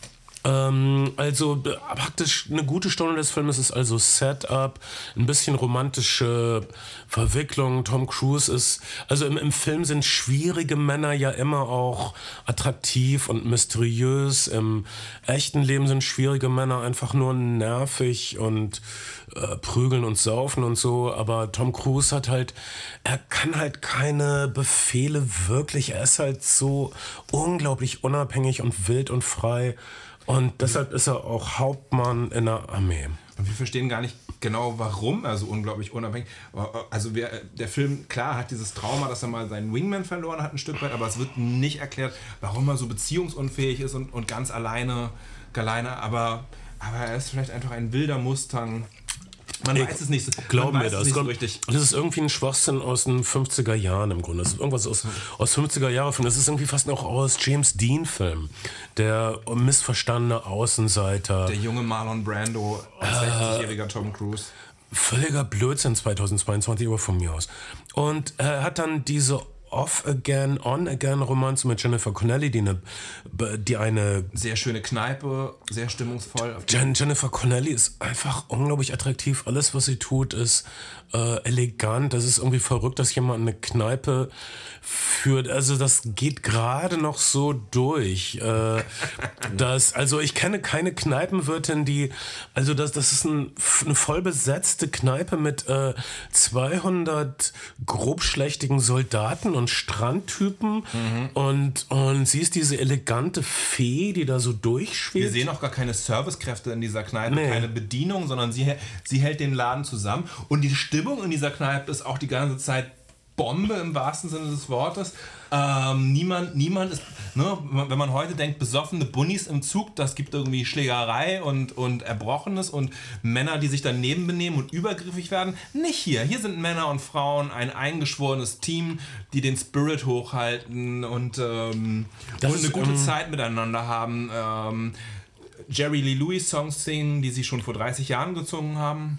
Ähm, also praktisch eine gute Stunde des Films ist also Setup, ein bisschen romantische Verwicklung. Tom Cruise ist, also im, im Film sind schwierige Männer ja immer auch attraktiv und mysteriös. Im echten Leben sind schwierige Männer einfach nur nervig und äh, prügeln und saufen und so. Aber Tom Cruise hat halt, er kann halt keine Befehle wirklich. Er ist halt so unglaublich unabhängig und wild und frei. Und deshalb ist er auch Hauptmann in der Armee. Und wir verstehen gar nicht genau, warum er so unglaublich unabhängig. Also wir, der Film, klar, hat dieses Trauma, dass er mal seinen Wingman verloren hat, ein Stück weit, aber es wird nicht erklärt, warum er so beziehungsunfähig ist und, und ganz alleine, alleine aber, aber er ist vielleicht einfach ein wilder Mustang. Man ich weiß es nicht so. Glaub mir das. So richtig. Das ist irgendwie ein Schwachsinn aus den fünfziger Jahren im Grunde. Das ist irgendwas aus, aus fünfziger Jahren. Das ist irgendwie fast noch aus James Dean-Film. Der missverstandene Außenseiter. Der junge Marlon Brando als äh, sechzigjähriger Tom Cruise. Völliger Blödsinn zweitausendzweiundzwanzig, aber von mir aus. Und er hat dann diese Off-Again, On-Again-Romanze mit Jennifer Connelly, die eine, die eine... Sehr schöne Kneipe, sehr stimmungsvoll. Jen, Jennifer Connelly ist einfach unglaublich attraktiv. Alles, was sie tut, ist äh, elegant. Das ist irgendwie verrückt, dass jemand eine Kneipe führt. Also das geht gerade noch so durch. Äh, das, also ich kenne keine Kneipenwirtin, die... Also das, das ist ein, eine voll besetzte Kneipe mit äh, zweihundert grobschlächtigen Soldaten und Strandtypen mhm. und, und sie ist diese elegante Fee, die da so durchschwebt. Wir sehen auch gar keine Servicekräfte in dieser Kneipe, nee. keine Bedienung, sondern sie, sie hält den Laden zusammen und die Stimmung in dieser Kneipe ist auch die ganze Zeit Bombe im wahrsten Sinne des Wortes. Ähm, niemand, niemand ist, ne, wenn man heute denkt, besoffene Bunnies im Zug, das gibt irgendwie Schlägerei und, und Erbrochenes und Männer, die sich daneben benehmen und übergriffig werden. Nicht hier. Hier sind Männer und Frauen, ein eingeschworenes Team, die den Spirit hochhalten und, ähm, und eine gute ähm, Zeit miteinander haben. Ähm, Jerry Lee Lewis Songs singen, die sie schon vor dreißig Jahren gesungen haben.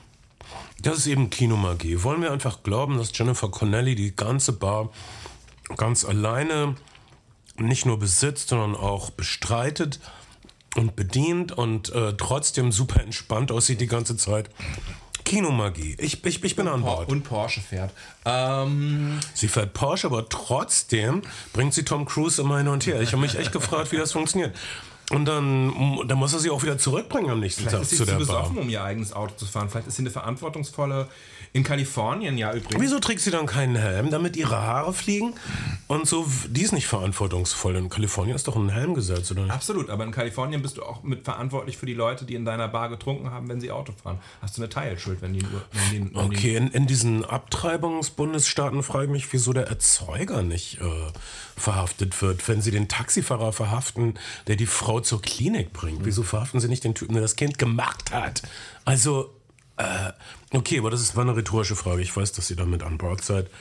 Das ist eben Kinomagie. Wollen wir einfach glauben, dass Jennifer Connelly die ganze Bar ganz alleine nicht nur besitzt, sondern auch bestreitet und bedient und äh, trotzdem super entspannt aussieht die ganze Zeit? Kinomagie. Ich, ich, ich bin und an Bord. Und Porsche fährt. Ähm sie fährt Porsche, aber trotzdem bringt sie Tom Cruise immer hin und her. Ich habe mich echt gefragt, wie das funktioniert. Und dann, dann muss er sie auch wieder zurückbringen am nächsten Vielleicht Tag ist sie zu der zu Bar. besoffen, um ihr eigenes Auto zu fahren. Vielleicht ist sie eine verantwortungsvolle... In Kalifornien, ja, übrigens. Wieso trägt sie dann keinen Helm, damit ihre Haare fliegen? Und so, die ist nicht verantwortungsvoll. In Kalifornien ist doch ein Helmgesetz, oder nicht? Absolut, aber in Kalifornien bist du auch mit verantwortlich für die Leute, die in deiner Bar getrunken haben, wenn sie Auto fahren. Hast du eine Teilschuld, wenn die... Wenn die wenn okay, in, in diesen Abtreibungsbundesstaaten frage ich mich, wieso der Erzeuger nicht äh, verhaftet wird. Wenn sie den Taxifahrer verhaften, der die Frau zur Klinik bringt, wieso verhaften sie nicht den Typen, der das Kind gemacht hat? Also... Äh, okay, aber das ist, war eine rhetorische Frage. Ich weiß, dass ihr damit an Bord seid.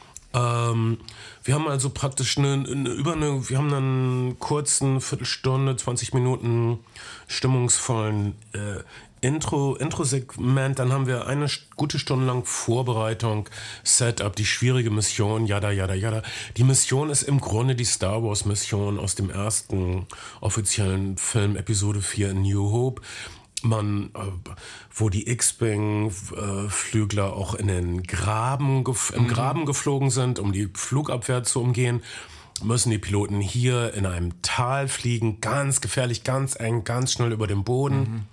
Ähm, wir haben also praktisch eine, eine, über eine, wir haben einen kurzen Viertelstunde, zwanzig Minuten stimmungsvollen äh, Intro, Intro-Segment, dann haben wir eine gute Stunde lang Vorbereitung, Setup, die schwierige Mission, jada, jada, jada. Die Mission ist im Grunde die Star Wars-Mission aus dem ersten offiziellen Film, Episode vier in New Hope. Man, äh, wo die X-Wing-Flügler auch in den Graben, gef- im Graben geflogen sind, um die Flugabwehr zu umgehen, müssen die Piloten hier in einem Tal fliegen, ganz gefährlich, ganz eng, ganz schnell über dem Boden, mhm.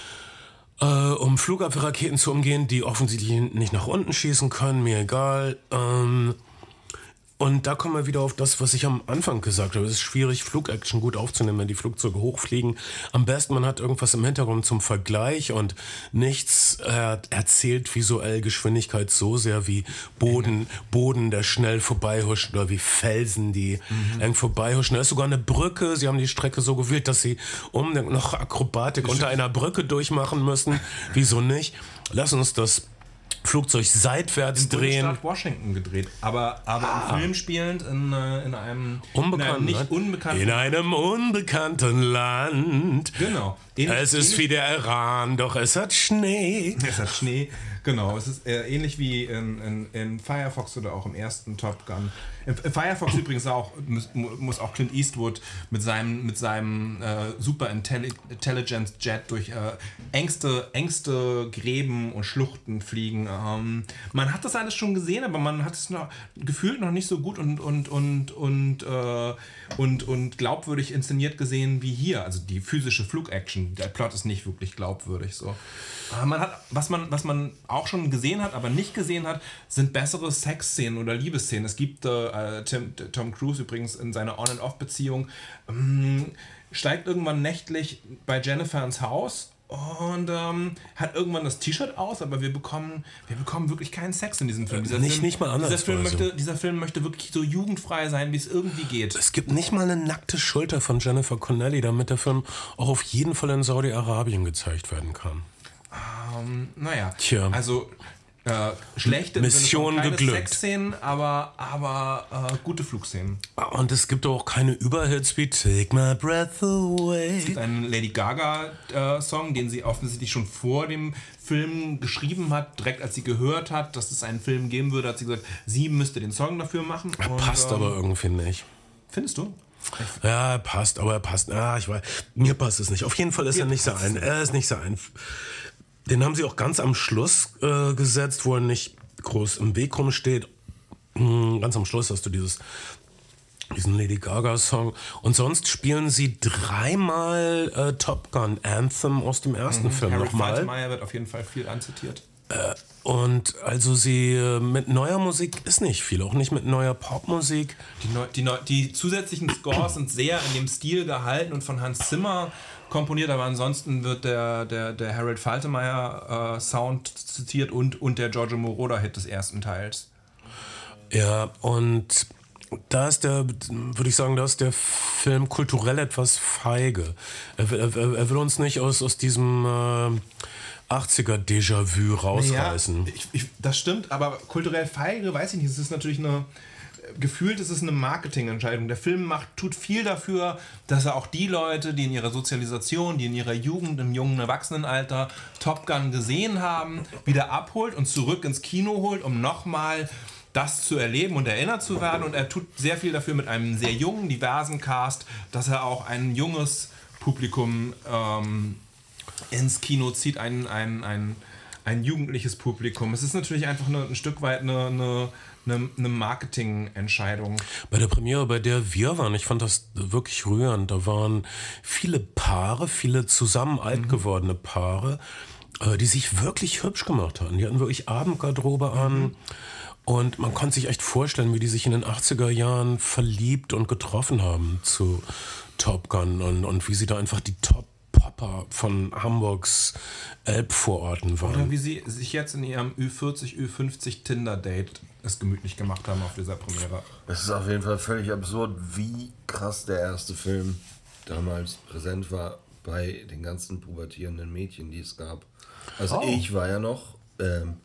äh, um Flugabwehrraketen zu umgehen, die offensichtlich nicht nach unten schießen können, mir egal. Ähm, Und da kommen wir wieder auf das, was ich am Anfang gesagt habe. Es ist schwierig, Flugaction gut aufzunehmen, wenn die Flugzeuge hochfliegen. Am besten, man hat irgendwas im Hintergrund zum Vergleich und nichts äh, erzählt visuell Geschwindigkeit so sehr wie Boden, Boden, der schnell vorbeihuscht oder wie Felsen, die mhm. eng vorbeihuschen. Da ist sogar eine Brücke. Sie haben die Strecke so gewählt, dass sie um noch Akrobatik unter einer Brücke durchmachen müssen. Wieso nicht? Lass uns das Flugzeug seitwärts in drehen. Bundesstaat Washington gedreht, aber, aber ah. im Film spielend in, in einem, in einem nicht unbekannten in einem unbekannten Land. Genau. Ähnlich, es ist wie der Iran, doch es hat Schnee. Es hat Schnee, genau. Es ist äh, ähnlich wie in, in, in Firefox oder auch im ersten Top Gun. In, in Firefox übrigens auch muss, muss auch Clint Eastwood mit seinem, mit seinem äh, Super Intelli- Intelligence Jet durch äh, engste, engste Gräben und Schluchten fliegen. Ähm, man hat das alles schon gesehen, aber man hat es noch gefühlt noch nicht so gut und, und, und, und, äh, und, und glaubwürdig inszeniert gesehen wie hier. Also die physische Flugaction. Der Plot ist nicht wirklich glaubwürdig. So. Man hat, was, man, was man auch schon gesehen hat, aber nicht gesehen hat, sind bessere Sexszenen oder Liebesszenen. Es gibt äh, Tim, Tom Cruise übrigens in seiner On- and Off-Beziehung, ähm, steigt irgendwann nächtlich bei Jennifer ins Haus und ähm, hat irgendwann das T-Shirt aus, aber wir bekommen, wir bekommen wirklich keinen Sex in diesem Film. Dieser nicht, Film, nicht mal anders. Dieser Film, möchte, dieser Film möchte wirklich so jugendfrei sein, wie es irgendwie geht. Es gibt nicht mal eine nackte Schulter von Jennifer Connelly, damit der Film auch auf jeden Fall in Saudi-Arabien gezeigt werden kann. Ähm, naja, Tja. also äh, schlechte Mission keine geglückt. Sexszenen, aber, aber äh, gute Flugszenen. Und es gibt auch keine Überhits wie Take My Breath Away. Es gibt einen Lady Gaga-Song, äh, den sie offensichtlich schon vor dem Film geschrieben hat, direkt als sie gehört hat, dass es einen Film geben würde, hat sie gesagt, sie müsste den Song dafür machen. Er und, passt ähm, aber irgendwie nicht. Findest du? Ja, er passt, aber er passt. Ah, ich weiß, mir passt es nicht. Auf jeden Fall ist Dir er nicht so ein. Er ist nicht so ein. Den haben sie auch ganz am Schluss äh, gesetzt, wo er nicht groß im Weg rumsteht. Hm, ganz am Schluss hast du dieses, diesen Lady Gaga-Song. Und sonst spielen sie dreimal äh, Top Gun Anthem aus dem ersten mhm. Film Harry nochmal. Faltermeyer wird auf jeden Fall viel anzitiert. Äh, und also sie äh, mit neuer Musik ist nicht viel, auch nicht mit neuer Popmusik. Die, neu, die, neu, die zusätzlichen Scores sind sehr in dem Stil gehalten und von Hans Zimmer komponiert, aber ansonsten wird der, der, der Harold Faltermeyer äh, Sound zitiert und, und der Giorgio Moroder-Hit des ersten Teils. Ja, und da ist der, würde ich sagen, da ist der Film kulturell etwas feige. Er will, er, er will uns nicht aus, aus diesem äh, achtziger-Déjà-vu rausreißen. Ja, ich, ich, das stimmt, aber kulturell feige, weiß ich nicht, es ist natürlich eine gefühlt ist es eine Marketingentscheidung. Der Film macht, tut viel dafür, dass er auch die Leute, die in ihrer Sozialisation, die in ihrer Jugend, im jungen Erwachsenenalter Top Gun gesehen haben, wieder abholt und zurück ins Kino holt, um nochmal das zu erleben und erinnert zu werden. Und er tut sehr viel dafür mit einem sehr jungen, diversen Cast, dass er auch ein junges Publikum ähm, ins Kino zieht, ein, ein, ein, ein jugendliches Publikum. Es ist natürlich einfach eine, ein Stück weit eine, eine Eine, eine Marketingentscheidung. Bei der Premiere, bei der wir waren, ich fand das wirklich rührend. Da waren viele Paare, viele zusammen alt gewordene Paare, äh, die sich wirklich hübsch gemacht haben. Die hatten wirklich Abendgarderobe an. Mhm. Und man konnte sich echt vorstellen, wie die sich in den achtziger Jahren verliebt und getroffen haben zu Top Gun und, und wie sie da einfach die Top Popper von Hamburgs Elbvororten waren. Oder wie sie sich jetzt in ihrem Ü vierzig, Ü fünfzig Tinder-Date es gemütlich gemacht haben auf dieser Premiere. Es ist auf jeden Fall völlig absurd, wie krass der erste Film damals präsent war bei den ganzen pubertierenden Mädchen, die es gab. Also oh. ich war ja noch, ähm,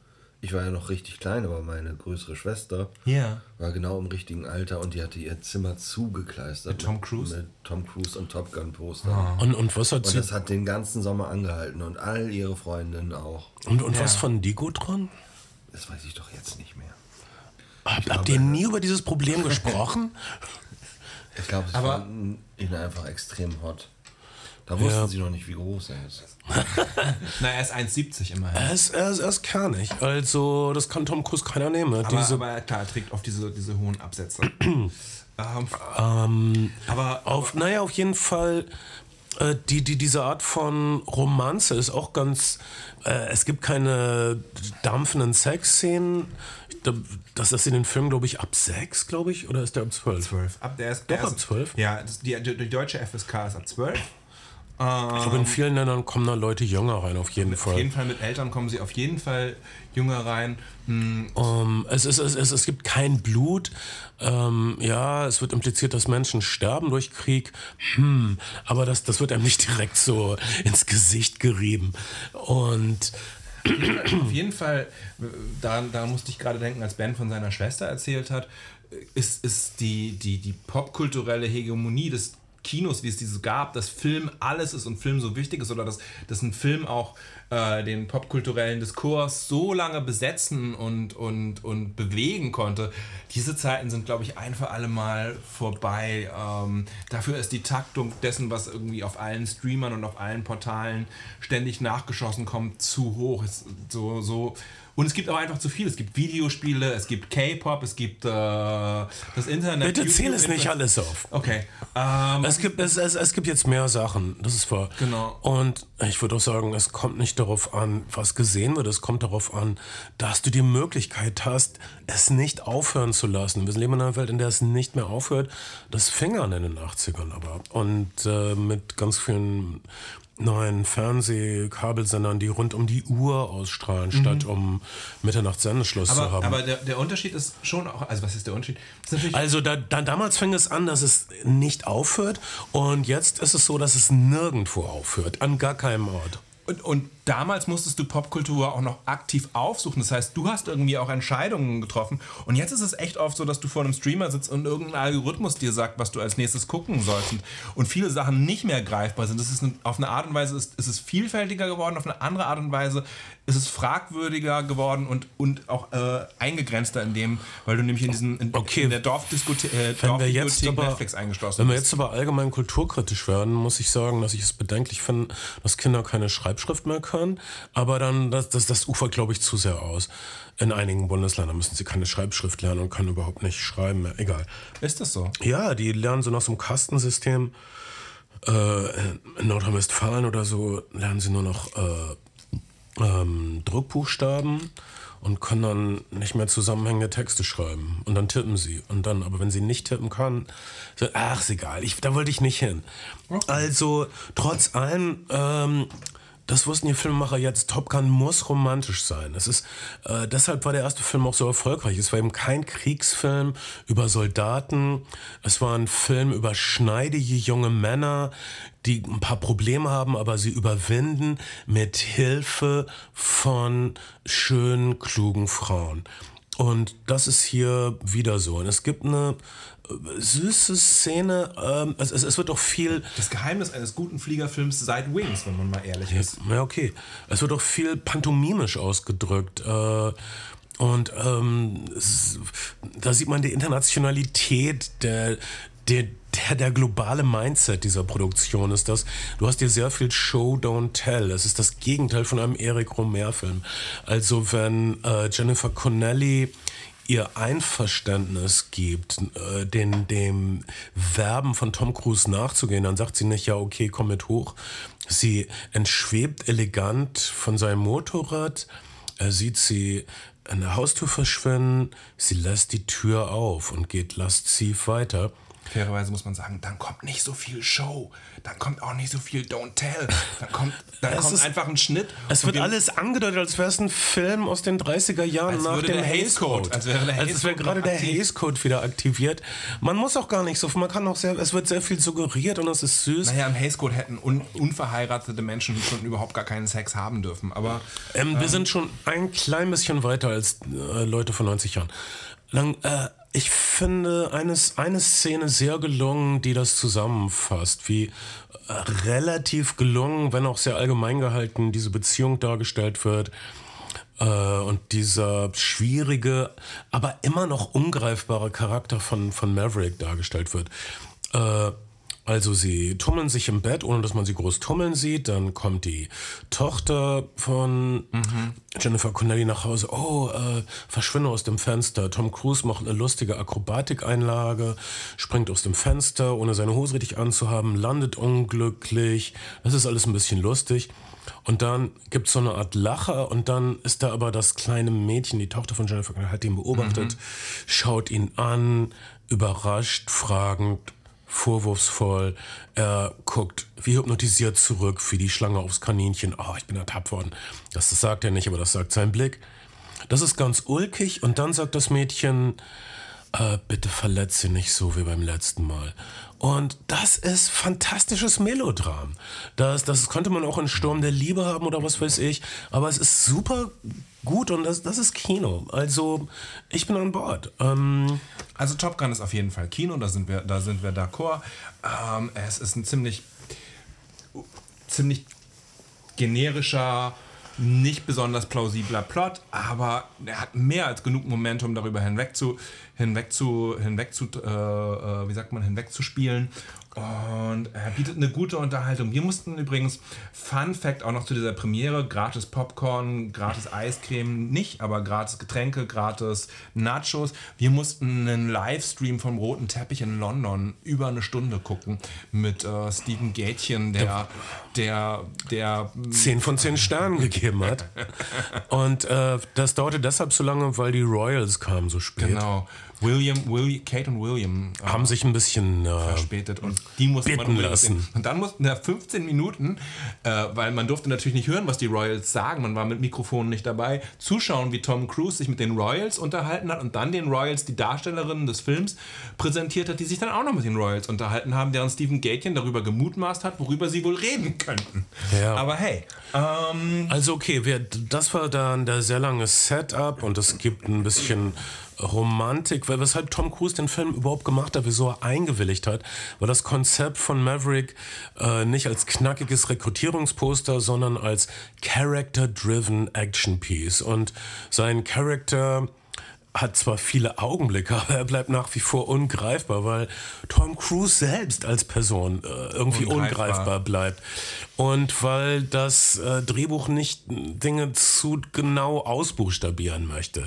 ich war ja noch richtig klein, aber meine größere Schwester Ja. war genau im richtigen Alter und die hatte ihr Zimmer zugekleistert. Mit Tom Cruise? Mit Tom Cruise und Top Gun Poster. Und, und was hat Und sie. das hat den ganzen Sommer angehalten und all ihre Freundinnen auch. Und, und was Ja. fanden die gut dran? Das weiß ich doch jetzt nicht mehr. Hab, habt ihr nie über dieses Problem gesprochen? Ich glaube, sie Aber- fanden ihn einfach extrem hot. Da wussten Ja. sie noch nicht, wie groß er ist. Na, er ist eins siebzig immerhin. Er ist, er ist, er ist kernig. Also, das kann Tom Cruise keiner nehmen. Ne? Aber, Diese, aber klar, er trägt oft diese, diese hohen Absätze. ähm, ähm, aber auf, naja, auf jeden Fall. äh, Die, die, diese Art von Romanze ist auch ganz. Äh, es gibt keine dampfenden Sexszenen. Ich glaub, Das ist in den Filmen, glaube ich, ab sechs, glaube ich, oder ist der ab zwölf? zwölf. Ab, der ist, Doch, der ab ist, zwölf? Ja, das, die, die, die deutsche F S K ist ab zwölf. Ich glaube, in vielen Ländern kommen da Leute jünger rein, auf jeden Auf Fall. jeden Fall mit Eltern kommen sie auf jeden Fall jünger rein. Hm, Um, es, ist, es, es, es gibt kein Blut. Ähm, ja, es wird impliziert, dass Menschen sterben durch Krieg. Hm, aber das, das wird einem nicht direkt so ins Gesicht gerieben. Und auf jeden Fall, äh, daran, daran musste ich gerade denken, als Ben von seiner Schwester erzählt hat, ist, ist die, die, die popkulturelle Hegemonie des Kinos, wie es diese gab, dass Film alles ist und Film so wichtig ist oder dass, dass ein Film auch äh, den popkulturellen Diskurs so lange besetzen und, und, und bewegen konnte. Diese Zeiten sind, glaube ich, ein für alle Mal vorbei. Ähm, dafür ist die Taktung dessen, was irgendwie auf allen Streamern und auf allen Portalen ständig nachgeschossen kommt, zu hoch. Es, so, so Und es gibt auch einfach zu viel. Es gibt Videospiele, es gibt K-Pop, es gibt äh, das Internet. bitte zähl YouTube, es nicht Influ- alles auf. Okay. Ähm, Es gibt, es, es, es gibt jetzt mehr Sachen, das ist wahr. Genau. Und ich würde auch sagen, es kommt nicht darauf an, was gesehen wird, es kommt darauf an, dass du die Möglichkeit hast, es nicht aufhören zu lassen. Wir leben in einer Welt, in der es nicht mehr aufhört. Das fing an in den achtzigern aber. Und äh, mit ganz vielen neuen Fernsehkabelsendern, die rund um die Uhr ausstrahlen, statt um Mitternacht Sendeschluss zu aber haben. aber der, der Unterschied ist schon auch, also was ist der Unterschied? Das ist natürlich Also da, da, damals fing es an, dass es nicht aufhört und jetzt ist es so, dass es nirgendwo aufhört, an gar keinem Ort. Und, und damals musstest du Popkultur auch noch aktiv aufsuchen. Das heißt, du hast irgendwie auch Entscheidungen getroffen. Und jetzt ist es echt oft so, dass du vor einem Streamer sitzt und irgendein Algorithmus dir sagt, was du als nächstes gucken sollst. Und, und viele Sachen nicht mehr greifbar sind. Das ist eine, auf eine Art und Weise ist, ist es vielfältiger geworden, auf eine andere Art und Weise ist es fragwürdiger geworden und, und auch äh, eingegrenzter in dem, weil du nämlich in, diesen, in, Okay. in der Dorfdiskothek äh, Wenn wir, jetzt Dorfbibliothek aber, Netflix eingeschlossen wenn wir bist. jetzt aber allgemein kulturkritisch werden, muss ich sagen, dass ich es bedenklich finde, dass Kinder keine Schreibschrift mehr können. Aber dann, das, das, das ufert, glaube ich, zu sehr aus. In einigen Bundesländern müssen sie keine Schreibschrift lernen und können überhaupt nicht schreiben mehr. Egal. Ist das so? Ja, die lernen so nach so einem Kastensystem. Äh, in Nordrhein-Westfalen oder so lernen sie nur noch äh, ähm, Druckbuchstaben und können dann nicht mehr zusammenhängende Texte schreiben. Und dann tippen sie. Und dann, aber wenn sie nicht tippen kann, so, ach, ist egal, ich, da wollte ich nicht hin. Also, trotz allem, ähm, das wussten die Filmemacher jetzt, Top Gun muss romantisch sein. Es ist, äh, deshalb war der erste Film auch so erfolgreich. Es war eben kein Kriegsfilm über Soldaten. Es war ein Film über schneidige junge Männer, die ein paar Probleme haben, aber sie überwinden mit Hilfe von schönen, klugen Frauen. Und das ist hier wieder so. Und es gibt eine äh, süße Szene. Ähm, es, es, es wird auch viel Das Geheimnis eines guten Fliegerfilms seit Wings, wenn man mal ehrlich ist. ja, okay. Es wird auch viel pantomimisch ausgedrückt. Äh, und ähm, es, da sieht man die Internationalität, der, der, der, der globale Mindset dieser Produktion ist das. Du hast hier sehr viel Show, don't tell. Es ist das Gegenteil von einem Eric Romer-Film. Also wenn äh, Jennifer Connelly ihr Einverständnis gibt, äh, den, dem Werben von Tom Cruise nachzugehen, dann sagt sie nicht, ja okay, komm mit hoch. Sie entschwebt elegant von seinem Motorrad, er sieht sie an der Haustür verschwinden, sie lässt die Tür auf und geht lasziv weiter. fairerweise muss man sagen, dann kommt nicht so viel Show, dann kommt auch nicht so viel Don't Tell, dann kommt, dann kommt ist, einfach ein Schnitt. Es wird alles angedeutet, als wäre es ein Film aus den dreißiger Jahren nach dem Hays Code. Als wäre, der als wäre gerade der Hays Code wieder aktiviert. Man muss auch gar nicht so, man kann auch sehr, es wird sehr viel suggeriert und es ist süß. Naja, im Hays Code hätten un, unverheiratete Menschen schon überhaupt gar keinen Sex haben dürfen, aber... Ähm, ähm, wir sind schon ein klein bisschen weiter als äh, Leute von neunzig Jahren. Lang, äh, ich finde eine, eine Szene sehr gelungen, die das zusammenfasst, wie äh, relativ gelungen, wenn auch sehr allgemein gehalten, diese Beziehung dargestellt wird äh, und dieser schwierige, aber immer noch ungreifbare Charakter von, von Maverick dargestellt wird. Äh, Also sie tummeln sich im Bett, ohne dass man sie groß tummeln sieht. Dann kommt die Tochter von mhm. Jennifer Connelly nach Hause. Oh, äh, verschwinde aus dem Fenster. Tom Cruise macht eine lustige Akrobatikeinlage, springt aus dem Fenster, ohne seine Hose richtig anzuhaben, landet unglücklich. Das ist alles ein bisschen lustig. Und dann gibt es so eine Art Lacher und dann ist da aber das kleine Mädchen, die Tochter von Jennifer Connelly, hat ihn beobachtet, mhm. schaut ihn an, überrascht, fragend, vorwurfsvoll. Er guckt wie hypnotisiert zurück, wie die Schlange aufs Kaninchen. Oh, ich bin ertappt worden. Das, das sagt er nicht, aber das sagt sein Blick. Das ist ganz ulkig. Und dann sagt das Mädchen, äh, bitte verletz sie nicht so wie beim letzten Mal. Und das ist fantastisches Melodram. Das, das könnte man auch in Sturm der Liebe haben oder was weiß ich. Aber es ist super gut und das, das ist Kino. Also ich bin an Bord. Ähm also Top Gun ist auf jeden Fall Kino, da sind wir, da sind wir d'accord. Ähm, es ist ein ziemlich, ziemlich generischer, nicht besonders plausibler Plot, aber er hat mehr als genug Momentum, darüber hinweg zu, hinweg zu, hinweg zu, äh, wie sagt man, hinweg zu spielen. Und er bietet eine gute Unterhaltung. Wir mussten übrigens, Fun Fact, auch noch zu dieser Premiere, gratis Popcorn, gratis Eiscreme, nicht, aber gratis Getränke, gratis Nachos. Wir mussten einen Livestream vom Roten Teppich in London über eine Stunde gucken mit äh, Steven Gätchen, der, der, der zehn von zehn Sternen gegeben hat. Und äh, das dauerte deshalb so lange, weil die Royals kamen so spät. Genau. William, William, Kate und William äh, haben sich ein bisschen äh, verspätet und die mussten bitten man lassen. Sehen. Und dann mussten da fünfzehn Minuten, äh, weil man durfte natürlich nicht hören, was die Royals sagen, man war mit Mikrofonen nicht dabei, zuschauen, wie Tom Cruise sich mit den Royals unterhalten hat und dann den Royals die Darstellerinnen des Films präsentiert hat, die sich dann auch noch mit den Royals unterhalten haben, während Steven Gätchen darüber gemutmaßt hat, worüber sie wohl reden könnten. Ja. Aber hey. Ähm, also okay, wir, das war dann der sehr lange Setup und es gibt ein bisschen Romantik, weil weshalb Tom Cruise den Film überhaupt gemacht hat, wieso er eingewilligt hat, weil das Konzept von Maverick äh, nicht als knackiges Rekrutierungsposter, sondern als Character-driven Action Piece. Und sein Charakter hat zwar viele Augenblicke, aber er bleibt nach wie vor ungreifbar, weil Tom Cruise selbst als Person äh, irgendwie ungreifbar. ungreifbar bleibt. Und weil das äh, Drehbuch nicht Dinge zu genau ausbuchstabieren möchte.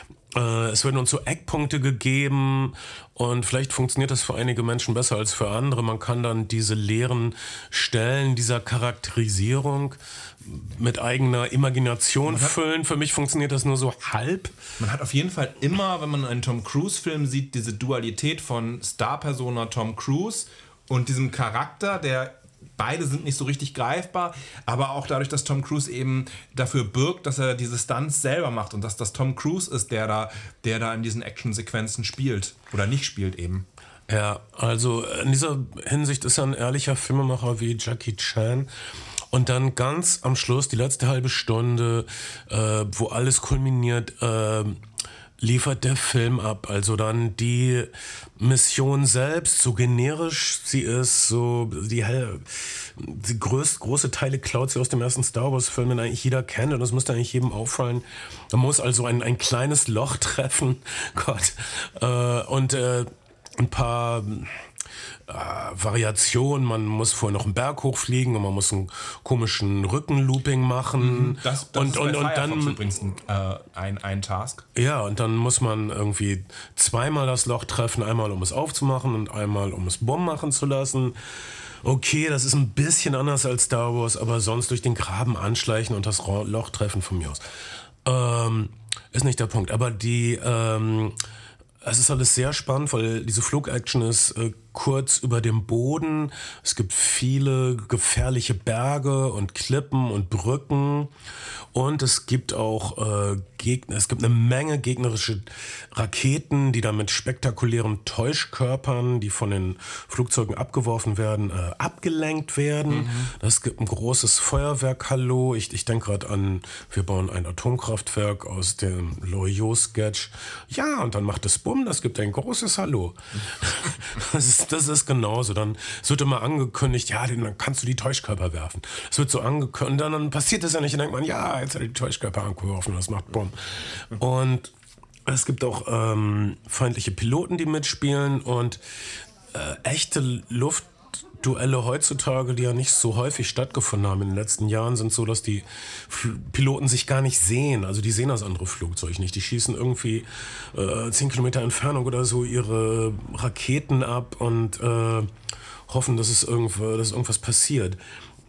Es werden uns so Eckpunkte gegeben und vielleicht funktioniert das für einige Menschen besser als für andere. Man kann dann diese leeren Stellen dieser Charakterisierung mit eigener Imagination füllen. Für mich funktioniert das nur so halb. Man hat auf jeden Fall immer, wenn man einen Tom Cruise-Film sieht, diese Dualität von Star-Persona Tom Cruise und diesem Charakter, der beide sind nicht so richtig greifbar, aber auch dadurch, dass Tom Cruise eben dafür bürgt, dass er diese Stunts selber macht und dass das Tom Cruise ist, der da, der da in diesen Actionsequenzen spielt oder nicht spielt eben. Ja, also in dieser Hinsicht ist er ein ehrlicher Filmemacher wie Jackie Chan. Und dann ganz am Schluss, die letzte halbe Stunde, äh, wo alles kulminiert, äh, liefert der Film ab. Also dann die Mission selbst, so generisch sie ist, so die, die größ, große Teile klaut sie aus dem ersten Star Wars Film, den eigentlich jeder kennt und das müsste eigentlich jedem auffallen. Man muss also ein, ein kleines Loch treffen, Gott, äh, und äh, ein paar äh, Variationen. Man muss vorher noch einen Berg hochfliegen und man muss einen komischen Rückenlooping machen. Das, das und, ist und, bei und Firefox dann übrigens ein, äh, ein, ein Task. Ja, und dann muss man irgendwie zweimal das Loch treffen, einmal um es aufzumachen und einmal um es Bumm machen zu lassen. Okay, das ist ein bisschen anders als Star Wars, aber sonst durch den Graben anschleichen und das Loch treffen von mir aus. Ähm, ist nicht der Punkt. Aber die, ähm, es ist alles sehr spannend, weil diese Flugaction ist äh, kurz über dem Boden. Es gibt viele gefährliche Berge und Klippen und Brücken. Und es gibt auch äh, Gegner, es gibt eine Menge gegnerische Raketen, die dann mit spektakulären Täuschkörpern, die von den Flugzeugen abgeworfen werden, äh, abgelenkt werden. Mhm. Es gibt ein großes Feuerwerk, hallo. Ich, ich denke gerade an, wir bauen ein Atomkraftwerk aus dem Loriot-Sketch. Ja, und dann macht es Bumm, das gibt ein großes Hallo. Das ist, das ist genauso. Dann es wird immer angekündigt, ja, dann kannst du die Täuschkörper werfen. Es wird so angekündigt, und dann passiert das ja nicht. Und dann denkt man, ja, jetzt hat er die Täuschkörper angeworfen und das macht Bumm. Und es gibt auch ähm, feindliche Piloten, die mitspielen, und äh, echte Luftduelle heutzutage, die ja nicht so häufig stattgefunden haben in den letzten Jahren, sind so, dass die F- Piloten sich gar nicht sehen. Also die sehen das andere Flugzeug nicht. Die schießen irgendwie äh, zehn Kilometer Entfernung oder so ihre Raketen ab und äh, hoffen, dass es irgendwo, dass irgendwas passiert.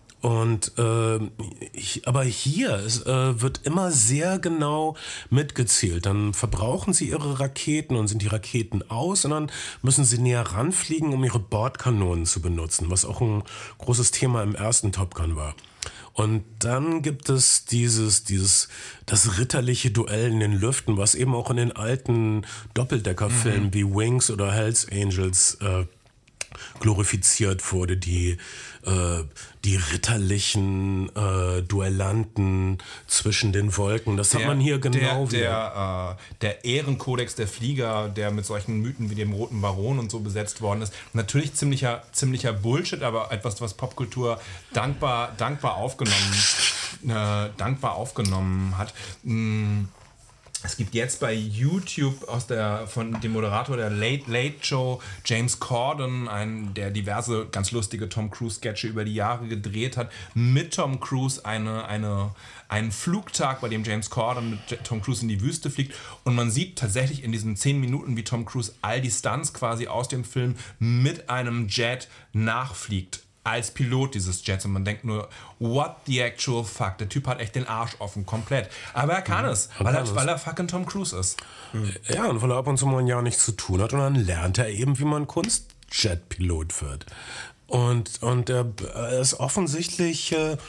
Und äh, ich, aber hier es, äh, wird immer sehr genau mitgezählt. Dann verbrauchen sie ihre Raketen und sind die Raketen aus, und dann müssen sie näher ranfliegen, um ihre Bordkanonen zu benutzen, was auch ein großes Thema im ersten Top Gun war. Und dann gibt es dieses, dieses, das ritterliche Duell in den Lüften, was eben auch in den alten Doppeldeckerfilmen mhm. wie Wings oder Hells Angels äh, glorifiziert wurde, die, äh, die ritterlichen äh, Duellanten zwischen den Wolken. Das der, hat man hier genau der, der, äh, der Ehrenkodex der Flieger, der mit solchen Mythen wie dem Roten Baron und so besetzt worden ist. Natürlich ziemlicher, ziemlicher Bullshit, aber etwas, was Popkultur dankbar, dankbar aufgenommen, äh, dankbar aufgenommen hat. Mm. Es gibt jetzt bei YouTube aus der, von dem Moderator der Late Late Show, James Corden, ein, der diverse ganz lustige Tom Cruise-Sketche über die Jahre gedreht hat, mit Tom Cruise eine, eine, einen Flugtag, bei dem James Corden mit Tom Cruise in die Wüste fliegt. Und man sieht tatsächlich in diesen zehn Minuten, wie Tom Cruise all die Stunts quasi aus dem Film mit einem Jet nachfliegt. Als Pilot dieses Jets, und man denkt nur, what the actual fuck, der Typ hat echt den Arsch offen, komplett. Aber er kann mhm, es, weil er, weil er fucking Tom Cruise ist. Mhm. Ja, und weil er ab und zu mal ein Jahr nichts zu tun hat, und dann lernt er eben, wie man Kunstjet-Pilot wird. Und, und er, er ist offensichtlich, äh,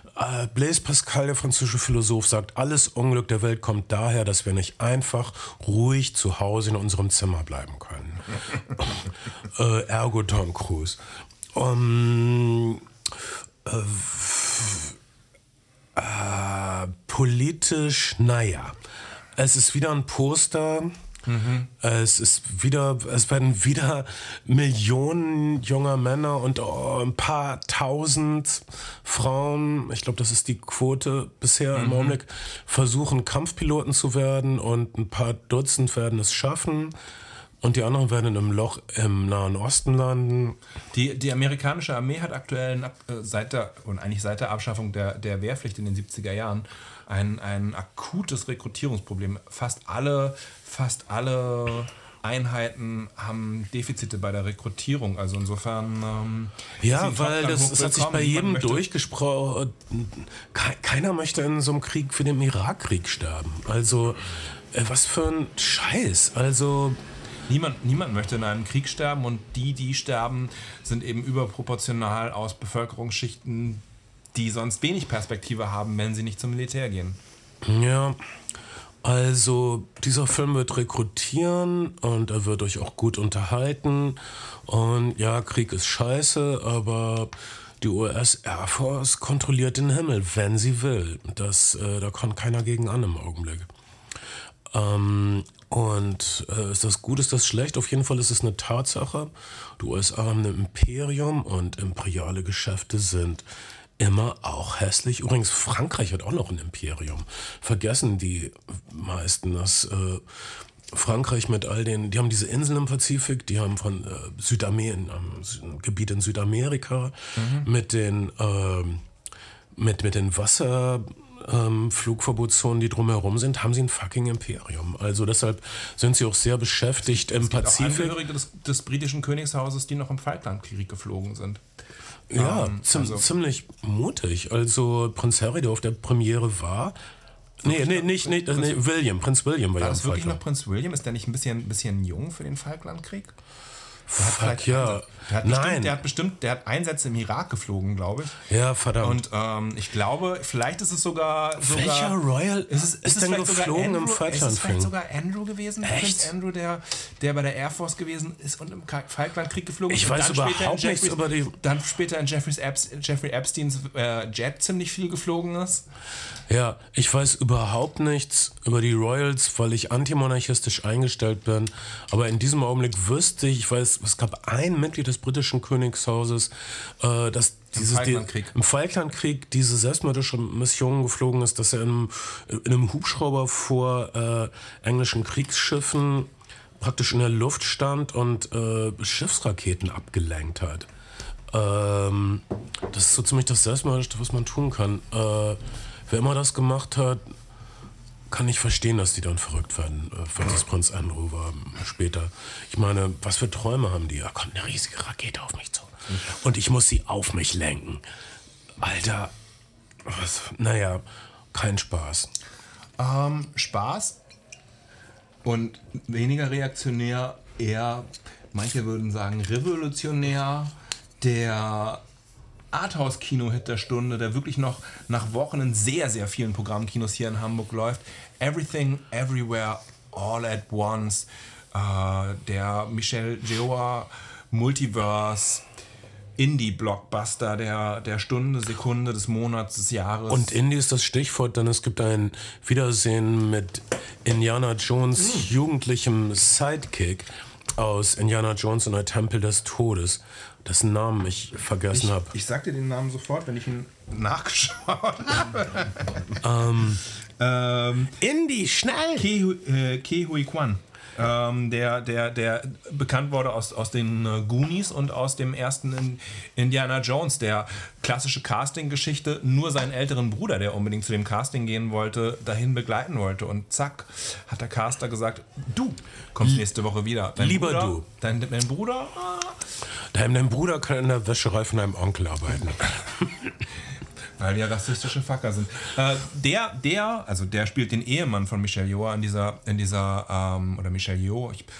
Blaise Pascal, der französische Philosoph, sagt, alles Unglück der Welt kommt daher, dass wir nicht einfach ruhig zu Hause in unserem Zimmer bleiben können. äh, ergo Tom Cruise. Um, äh, äh, politisch, naja. Es ist wieder ein Poster. Mhm. Es ist wieder, es werden wieder Millionen junger Männer und oh, ein paar tausend Frauen, ich glaube, das ist die Quote bisher mhm. im Augenblick, versuchen Kampfpiloten zu werden, und ein paar Dutzend werden es schaffen. Und die anderen werden im Loch im Nahen Osten landen. Die, die amerikanische Armee hat aktuell äh, seit der, und eigentlich seit der Abschaffung der, der Wehrpflicht in den siebziger Jahren ein, ein akutes Rekrutierungsproblem. Fast alle, fast alle Einheiten haben Defizite bei der Rekrutierung. Also insofern... Ähm, ja, weil das, das hat sich bei jedem durchgesprochen. Keiner möchte in so einem Krieg für den Irakkrieg sterben. Also, äh, was für ein Scheiß. Also... Niemand, niemand möchte in einem Krieg sterben, und die, die sterben, sind eben überproportional aus Bevölkerungsschichten, die sonst wenig Perspektive haben, wenn sie nicht zum Militär gehen. Ja, also dieser Film wird rekrutieren, und er wird euch auch gut unterhalten, und ja, Krieg ist scheiße, aber die U S Air Force kontrolliert den Himmel, wenn sie will. Das, äh, da kann keiner gegen an im Augenblick. Ähm, und äh, ist das gut, ist das schlecht? Auf jeden Fall ist es eine Tatsache. Die U S A haben ein Imperium, und imperiale Geschäfte sind immer auch hässlich. Übrigens, Frankreich hat auch noch ein Imperium. Vergessen die meisten, dass äh, Frankreich mit all den, die haben diese Inseln im Pazifik, die haben von äh, Südamerika, ein Gebiet in Südamerika, mhm. mit den äh, mit, mit den Wasser Ähm, Flugverbotszonen, die drumherum sind, haben sie ein fucking Imperium. Also deshalb sind sie auch sehr beschäftigt es im gibt Pazifik. Auch Angehörige des, des britischen Königshauses, die noch im Falklandkrieg geflogen sind. Ja, ähm, zim- also ziemlich mutig. Also Prinz Harry, der auf der Premiere war, nee, nee, nicht, nicht, Prinz, nee, William, Prinz William war, war ja das im wirklich Falkland. noch Prinz William? Ist der nicht ein bisschen, bisschen jung für den Falklandkrieg? Fuck ja. Der hat, Nein. bestimmt, der hat bestimmt, der hat Einsätze im Irak geflogen, glaube ich. Ja, verdammt. Und ähm, ich glaube, vielleicht ist es sogar... sogar Welcher Royal ist, es, ist, ist es denn vielleicht sogar geflogen Andrew, im Falklandfilm? Ist es vielleicht sogar Andrew gewesen? Echt? Prinz Andrew, der, der bei der Air Force gewesen ist und im Falklandkrieg geflogen ist. Ich und weiß dann überhaupt später in nichts Jeffreys- über die... Dann später in Jeffreys Epst, Jeffrey Epsteins äh, Jet ziemlich viel geflogen ist. Ja, ich weiß überhaupt nichts über die Royals, weil ich antimonarchistisch eingestellt bin. Aber in diesem Augenblick wüsste ich, ich weiß, es gab ein Mitglied des britischen Königshauses, äh, das dieses, Falklandkrieg. Die, im Falklandkrieg diese selbstmörderische Mission geflogen ist, dass er in einem, in einem Hubschrauber vor äh, englischen Kriegsschiffen praktisch in der Luft stand und äh, Schiffsraketen abgelenkt hat. Ähm, das ist so ziemlich das Selbstmörderischste, was man tun kann. Äh, wer immer das gemacht hat, kann ich verstehen, dass die dann verrückt werden, äh, falls es Prinz Andrew war später. Ich meine, was für Träume haben die? Da kommt eine riesige Rakete auf mich zu. Und ich muss sie auf mich lenken. Alter, was, naja, kein Spaß. Ähm, Spaß und weniger reaktionär, eher, manche würden sagen, revolutionär. Der Arthouse-Kino-Hit der Stunde, der wirklich noch nach Wochen in sehr, sehr vielen Programmkinos hier in Hamburg läuft. Everything, Everywhere, All at Once. Äh, der Michel Yeoh Multiverse Indie-Blockbuster der, der Stunde, Sekunde, des Monats, des Jahres. Und Indie ist das Stichwort, denn es gibt ein Wiedersehen mit Indiana Jones mhm. jugendlichem Sidekick aus Indiana Jones und der Tempel des Todes, dessen Namen ich vergessen habe. Ich sag dir den Namen sofort, wenn ich ihn nachgeschaut habe. ähm, ähm, Indie, schnell! Ke, äh, Ke Huy Quan. Ähm, der, der, der bekannt wurde aus, aus den äh, Goonies und aus dem ersten in Indiana Jones, der klassische Casting-Geschichte, nur seinen älteren Bruder, der unbedingt zu dem Casting gehen wollte, dahin begleiten wollte. Und zack, hat der Caster gesagt, du kommst nächste Woche wieder. Dein Lieber Bruder, du. Dein, dein Bruder? Ah. Dein, dein Bruder kann in der Wäscherei von deinem Onkel arbeiten. Weil die ja rassistische Facker sind. Äh, der, der, also der spielt den Ehemann von Michel Yeoh in dieser, in dieser, ähm, oder Michel Yeoh, ich,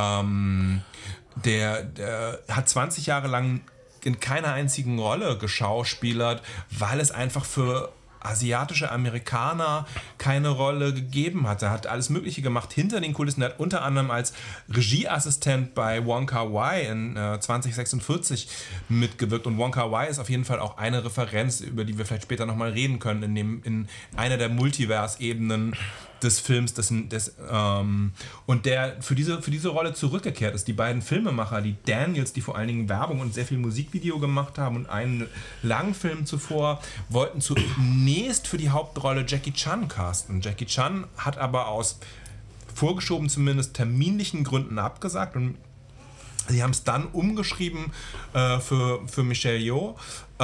ähm, der, der hat zwanzig Jahre lang in keiner einzigen Rolle geschauspielert, weil es einfach für asiatische Amerikaner keine Rolle gegeben hat. Er hat alles Mögliche gemacht hinter den Kulissen. Er hat unter anderem als Regieassistent bei Wong Kar-wai in äh, zwanzig sechsundvierzig mitgewirkt. Und Wong Kar-wai ist auf jeden Fall auch eine Referenz, über die wir vielleicht später nochmal reden können, in, dem, in einer der Multiverse-Ebenen des Films, des, des, ähm, und der für diese, für diese Rolle zurückgekehrt ist. Die beiden Filmemacher, die Daniels, die vor allen Dingen Werbung und sehr viel Musikvideo gemacht haben und einen Langfilm zuvor, wollten zunächst für die Hauptrolle Jackie Chan casten. Jackie Chan hat aber aus vorgeschoben zumindest terminlichen Gründen abgesagt und sie haben es dann umgeschrieben äh, für, für Michel Yeoh.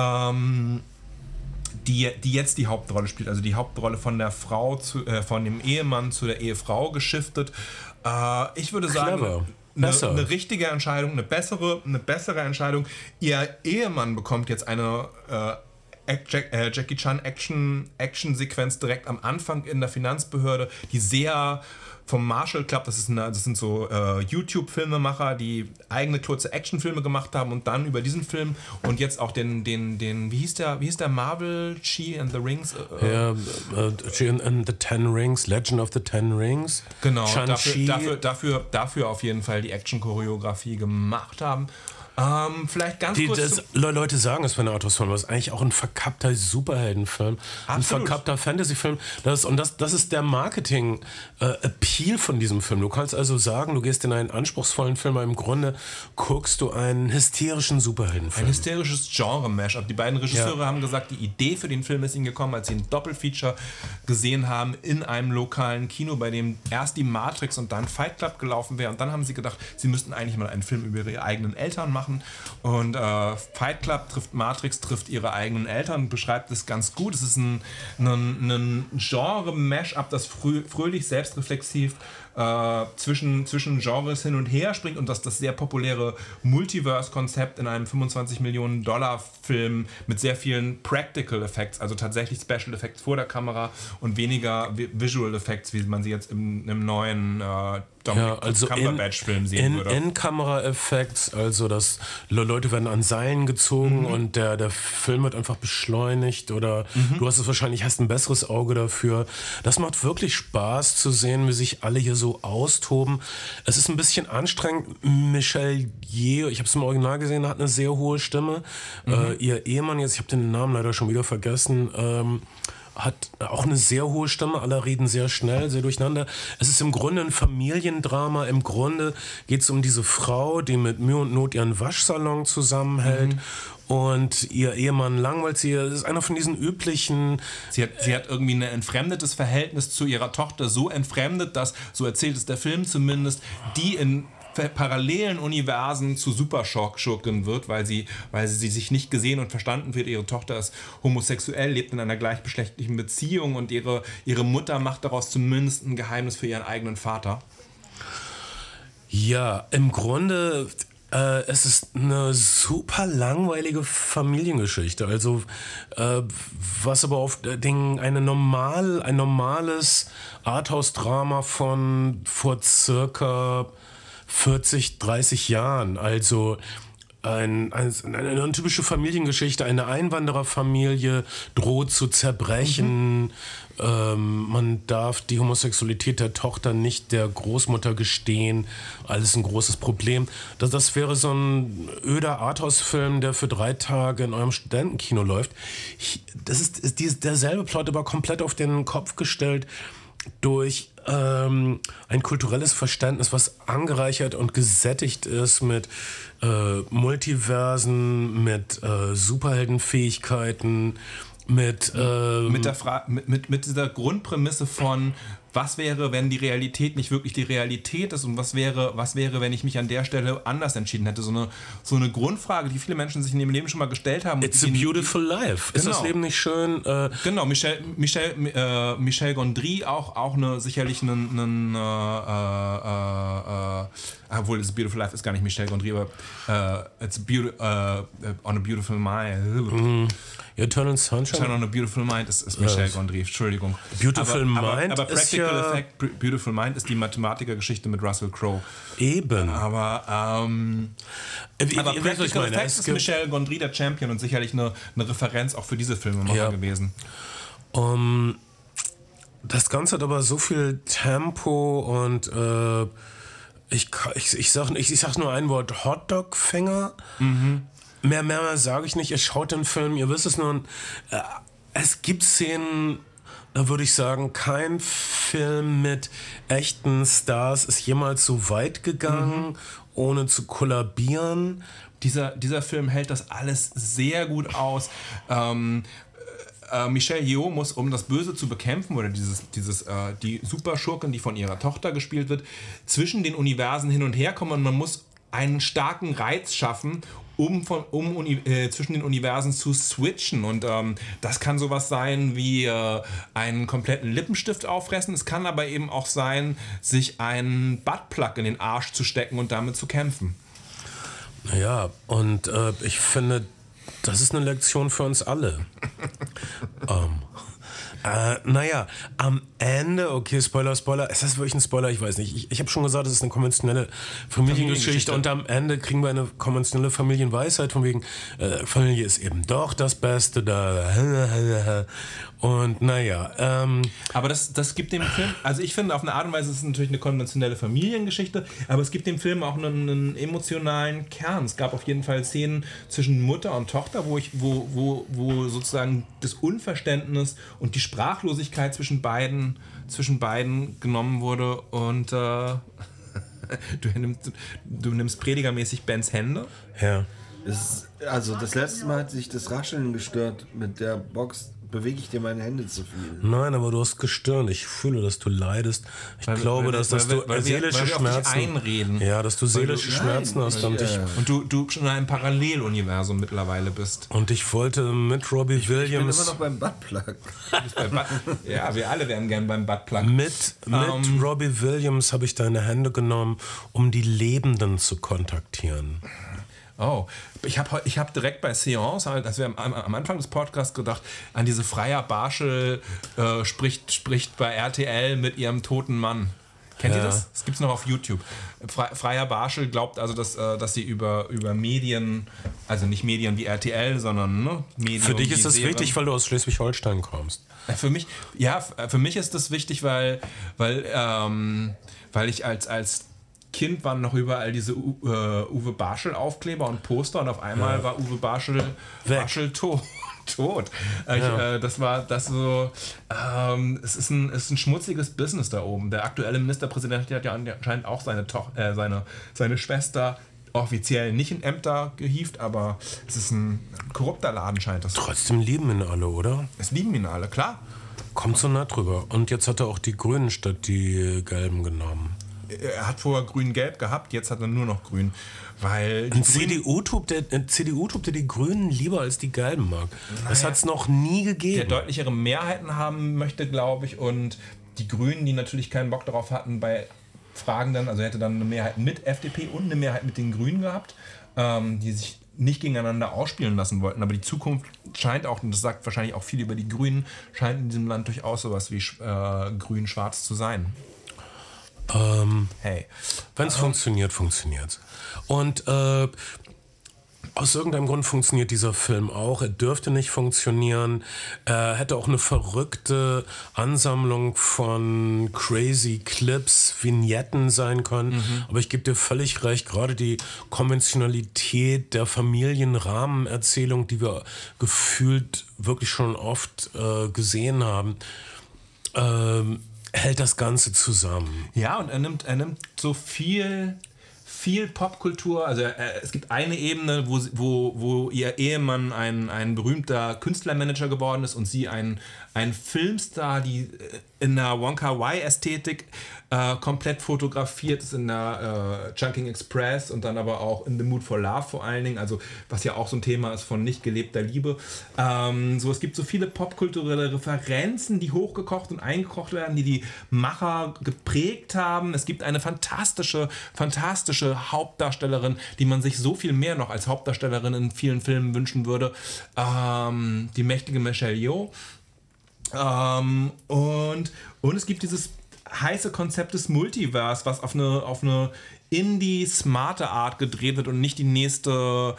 Ähm, Die, die jetzt die Hauptrolle spielt, also die Hauptrolle von der Frau, zu, äh, von dem Ehemann zu der Ehefrau geschiftet. Äh, ich würde sagen, eine, eine richtige Entscheidung, eine bessere, eine bessere Entscheidung. Ihr Ehemann bekommt jetzt eine äh, Jack, äh, Jackie Chan Action, Action-Sequenz direkt am Anfang in der Finanzbehörde, die sehr vom Marshall Club, das, ist eine, das sind so äh, YouTube-Filmemacher, die eigene kurze Actionfilme gemacht haben und dann über diesen Film und jetzt auch den, den, den wie hieß der, wie hieß der Marvel, Chi and the Rings? Äh, ja, uh, Chi and the Ten Rings, Legend of the Ten Rings. Genau, dafür, dafür, dafür, dafür auf jeden Fall die Action-Choreografie gemacht haben. Ähm, vielleicht ganz die, kurz. Das, Leute sagen es für eine Arthouse-Film, das ist eigentlich auch ein verkappter Superheldenfilm, Absolut. ein verkappter Fantasy-Film. Das, und das, das ist der Marketing-Appeal äh, von diesem Film. Du kannst also sagen, du gehst in einen anspruchsvollen Film, aber im Grunde guckst du einen hysterischen Superheldenfilm. Ein hysterisches Genre-Mashup. Die beiden Regisseure ja. haben gesagt, die Idee für den Film ist ihnen gekommen, als sie ein Doppelfeature gesehen haben in einem lokalen Kino, bei dem erst die Matrix und dann Fight Club gelaufen wäre. Und dann haben sie gedacht, sie müssten eigentlich mal einen Film über ihre eigenen Eltern machen. Und äh, Fight Club trifft Matrix, trifft ihre eigenen Eltern, beschreibt es ganz gut. Es ist ein, ein, ein Genre-Mash-up, das frö- fröhlich, selbstreflexiv äh, zwischen, zwischen Genres hin und her springt und dass das sehr populäre Multiverse-Konzept in einem fünfundzwanzig Millionen Dollar Film mit sehr vielen Practical Effects, also tatsächlich Special Effects vor der Kamera und weniger Visual Effects, wie man sie jetzt im, im neuen äh, Ja, also Cumberbatch-Film sehen in, würde. In Kamera-Effekts, also dass Leute werden an Seilen gezogen mhm. und der, der Film wird einfach beschleunigt oder mhm. du hast es wahrscheinlich, hast ein besseres Auge dafür. Das macht wirklich Spaß zu sehen, wie sich alle hier so austoben. Es ist ein bisschen anstrengend. Michelle Yeoh, ich habe es im Original gesehen, hat eine sehr hohe Stimme. Mhm. Äh, ihr Ehemann, jetzt ich habe den Namen leider schon wieder vergessen, ähm, hat auch eine sehr hohe Stimme, alle reden sehr schnell, sehr durcheinander. Es ist im Grunde ein Familiendrama. Im Grunde geht es um diese Frau, die mit Mühe und Not ihren Waschsalon zusammenhält. Mhm. Und ihr Ehemann langweilt sie. Das ist einer von diesen üblichen... Sie hat, sie hat irgendwie ein entfremdetes Verhältnis zu ihrer Tochter. So entfremdet, dass, so erzählt es der Film zumindest, die in parallelen Universen zu Superschurken wird, weil sie, weil sie sich nicht gesehen und verstanden wird. Ihre Tochter ist homosexuell, lebt in einer gleichgeschlechtlichen Beziehung und ihre, ihre Mutter macht daraus zumindest ein Geheimnis für ihren eigenen Vater. Ja, im Grunde... Äh, es ist eine super langweilige Familiengeschichte. Also äh, was aber auf den, eine normal, ein normales Arthouse-Drama von vor circa vierzig, dreißig Jahren. Also ein, ein, eine, eine typische Familiengeschichte. Eine Einwandererfamilie droht zu zerbrechen. Mhm. Ähm, man darf die Homosexualität der Tochter nicht der Großmutter gestehen. Alles ein großes Problem. Das, das wäre so ein öder Arthouse-Film, der für drei Tage in eurem Studentenkino läuft. Ich, das ist, ist dies, derselbe Plot, aber komplett auf den Kopf gestellt durch ähm, ein kulturelles Verständnis, was angereichert und gesättigt ist mit äh, Multiversen, mit äh, Superheldenfähigkeiten, mit, ähm, mit, der Fra- mit, mit, mit dieser Grundprämisse von, was wäre, wenn die Realität nicht wirklich die Realität ist und was wäre, was wäre, wenn ich mich an der Stelle anders entschieden hätte. So eine, so eine Grundfrage, die viele Menschen sich in ihrem Leben schon mal gestellt haben. It's a beautiful life. Genau. Ist das Leben nicht schön? Äh genau, Michel, Michel, äh, Michel Gondry, auch, auch eine, sicherlich ein, ein äh, äh, äh, obwohl It's a Beautiful Life ist gar nicht Michel Gondry, aber äh, It's a beauti- uh, On a Beautiful Mind. Mm. Eternal Sunshine? Eternal on a Beautiful Mind ist, ist Michel Gondry, Entschuldigung. Beautiful aber, Mind aber, aber ist Practical ja Effect, Beautiful Mind ist die Mathematikergeschichte mit Russell Crowe. Eben. Aber, ähm, ich, aber ich Practical Effect ist Michel Gondry der Champion und sicherlich eine, eine Referenz auch für diese Filme ja. gewesen. Um, das Ganze hat aber so viel Tempo und äh, ich, ich, ich, sag, ich, ich sag nur ein Wort, Hotdog-Fänger. Mhm. Mehr, mehr, mehr sage ich nicht. Ihr schaut den Film, ihr wisst es nur. Äh, es gibt Szenen, da würde ich sagen, kein Film mit echten Stars ist jemals so weit gegangen, mhm. ohne zu kollabieren. Dieser, dieser Film hält das alles sehr gut aus. Ähm, äh, Michelle Yeoh muss, um das Böse zu bekämpfen, oder dieses, dieses, äh, die Superschurkin, die von ihrer Tochter gespielt wird, zwischen den Universen hin und her kommen und man muss einen starken Reiz schaffen, um, von, um uni, äh, zwischen den Universen zu switchen. Und ähm, das kann sowas sein wie äh, einen kompletten Lippenstift auffressen. Es kann aber eben auch sein, sich einen Buttplug in den Arsch zu stecken und damit zu kämpfen. Ja, und äh, ich finde, das ist eine Lektion für uns alle. um. Äh, naja, am Ende, okay, Spoiler, Spoiler, ist das wirklich ein Spoiler? Ich weiß nicht. Ich, ich habe schon gesagt, es ist eine konventionelle Familiengeschichte und am Ende kriegen wir eine konventionelle Familienweisheit von wegen, äh, Familie ist eben doch das Beste da. Und naja. Ähm, aber das, das gibt dem Film, also ich finde, auf eine Art und Weise ist es natürlich eine konventionelle Familiengeschichte, aber es gibt dem Film auch einen, einen emotionalen Kern. Es gab auf jeden Fall Szenen zwischen Mutter und Tochter, wo, ich, wo, wo, wo sozusagen das Unverständnis und die Sprachlosigkeit zwischen beiden, zwischen beiden genommen wurde und äh, du, nimmst, du nimmst predigermäßig Bens Hände. Ja. Es, also das letzte Mal hat sich das Rascheln gestört mit der Box bewege ich dir meine Hände zu viel. Nein, aber du hast gestöhnt. Ich fühle, dass du leidest. Ich Weil- glaube, weil- dass, weil- dass weil- du weil wir- seelische weil wir auf dich Schmerzen... einreden. Ja, dass du seelische du- Schmerzen Nein, hast und ich, ich... äh, Und du, du schon in einem Paralleluniversum mittlerweile bist. Und ich wollte mit Robbie Ich bin Williams... immer noch beim Buttplug. Du bist bei Butt- ja, wir alle wären gern beim Buttplug. Mit, mit Ähm. Robbie Williams habe ich deine Hände genommen, um die Lebenden zu kontaktieren. Oh, ich habe ich hab direkt bei Seance, halt, als wir am, am Anfang des Podcasts gedacht, an diese Freier Barschel äh, spricht, spricht bei R T L mit ihrem toten Mann. Kennt Ja. ihr das? Das gibt's noch auf YouTube. Fre Freier Barschel glaubt also, dass, äh, dass sie über, über Medien, also nicht Medien wie R T L, sondern ne, Medien. Für dich wie ist das Serien. wichtig, weil du aus Schleswig-Holstein kommst. Äh, Für mich, ja, f- für mich ist das wichtig, weil, weil, ähm, weil ich als, als Kind waren noch überall diese U äh, Uwe Barschel Aufkleber und Poster und auf einmal Ja. war Uwe Barschel, Weg. Barschel tot. tot. Äh, ich, Ja. äh, das war das so, ähm, es ist ein, es ist ein schmutziges Business da oben. Der aktuelle Ministerpräsident hat ja anscheinend auch seine, Toch äh, seine, seine Schwester offiziell nicht in Ämter gehievt, aber es ist ein korrupter Laden, scheint das. Trotzdem lieben ihn alle, oder? Es lieben ihn alle, klar. Kommt so nah drüber. Und jetzt hat er auch die Grünen statt die Gelben genommen. Er hat vorher grün-gelb gehabt, jetzt hat er nur noch grün. Weil die Ein C D U-Typ, der, ein C D U-Typ, der die Grünen lieber als die Gelben mag. Das hat es noch nie der gegeben. deutlichere Mehrheiten haben möchte, glaube ich, und die Grünen, die natürlich keinen Bock darauf hatten, bei Fragen dann, also er hätte dann eine Mehrheit mit F D P und eine Mehrheit mit den Grünen gehabt, ähm, die sich nicht gegeneinander ausspielen lassen wollten. Aber die Zukunft scheint auch, und das sagt wahrscheinlich auch viel über die Grünen, scheint in diesem Land durchaus sowas wie äh, grün-schwarz zu sein. Ähm, Hey. Wenn es funktioniert, funktioniert. Und äh, aus irgendeinem Grund funktioniert dieser Film auch. Er dürfte nicht funktionieren. Er hätte auch eine verrückte Ansammlung von crazy Clips, Vignetten sein können. Mhm. Aber ich gebe dir völlig recht, gerade die Konventionalität der Familienrahmenerzählung, die wir gefühlt wirklich schon oft äh, gesehen haben, ähm, hält das Ganze zusammen. Ja, und er nimmt, er nimmt so viel, viel Popkultur. Also er, es gibt eine Ebene, wo, sie- wo, wo ihr Ehemann ein, ein berühmter Künstlermanager geworden ist und sie ein, ein Filmstar, die in der Wonka-Wai-Ästhetik äh, komplett fotografiert ist, in der äh, Chunking Express und dann aber auch in The Mood for Love vor allen Dingen, also was ja auch so ein Thema ist von nicht gelebter Liebe. Ähm, so, es gibt so viele popkulturelle Referenzen, die hochgekocht und eingekocht werden, die die Macher geprägt haben. Es gibt eine fantastische, fantastische Hauptdarstellerin, die man sich so viel mehr noch als Hauptdarstellerin in vielen Filmen wünschen würde. Ähm, die mächtige Michelle Yeoh. Ähm, und, und es gibt dieses heiße Konzept des Multiverse, was auf eine, auf eine indie-smarte Art gedreht wird und nicht die nächste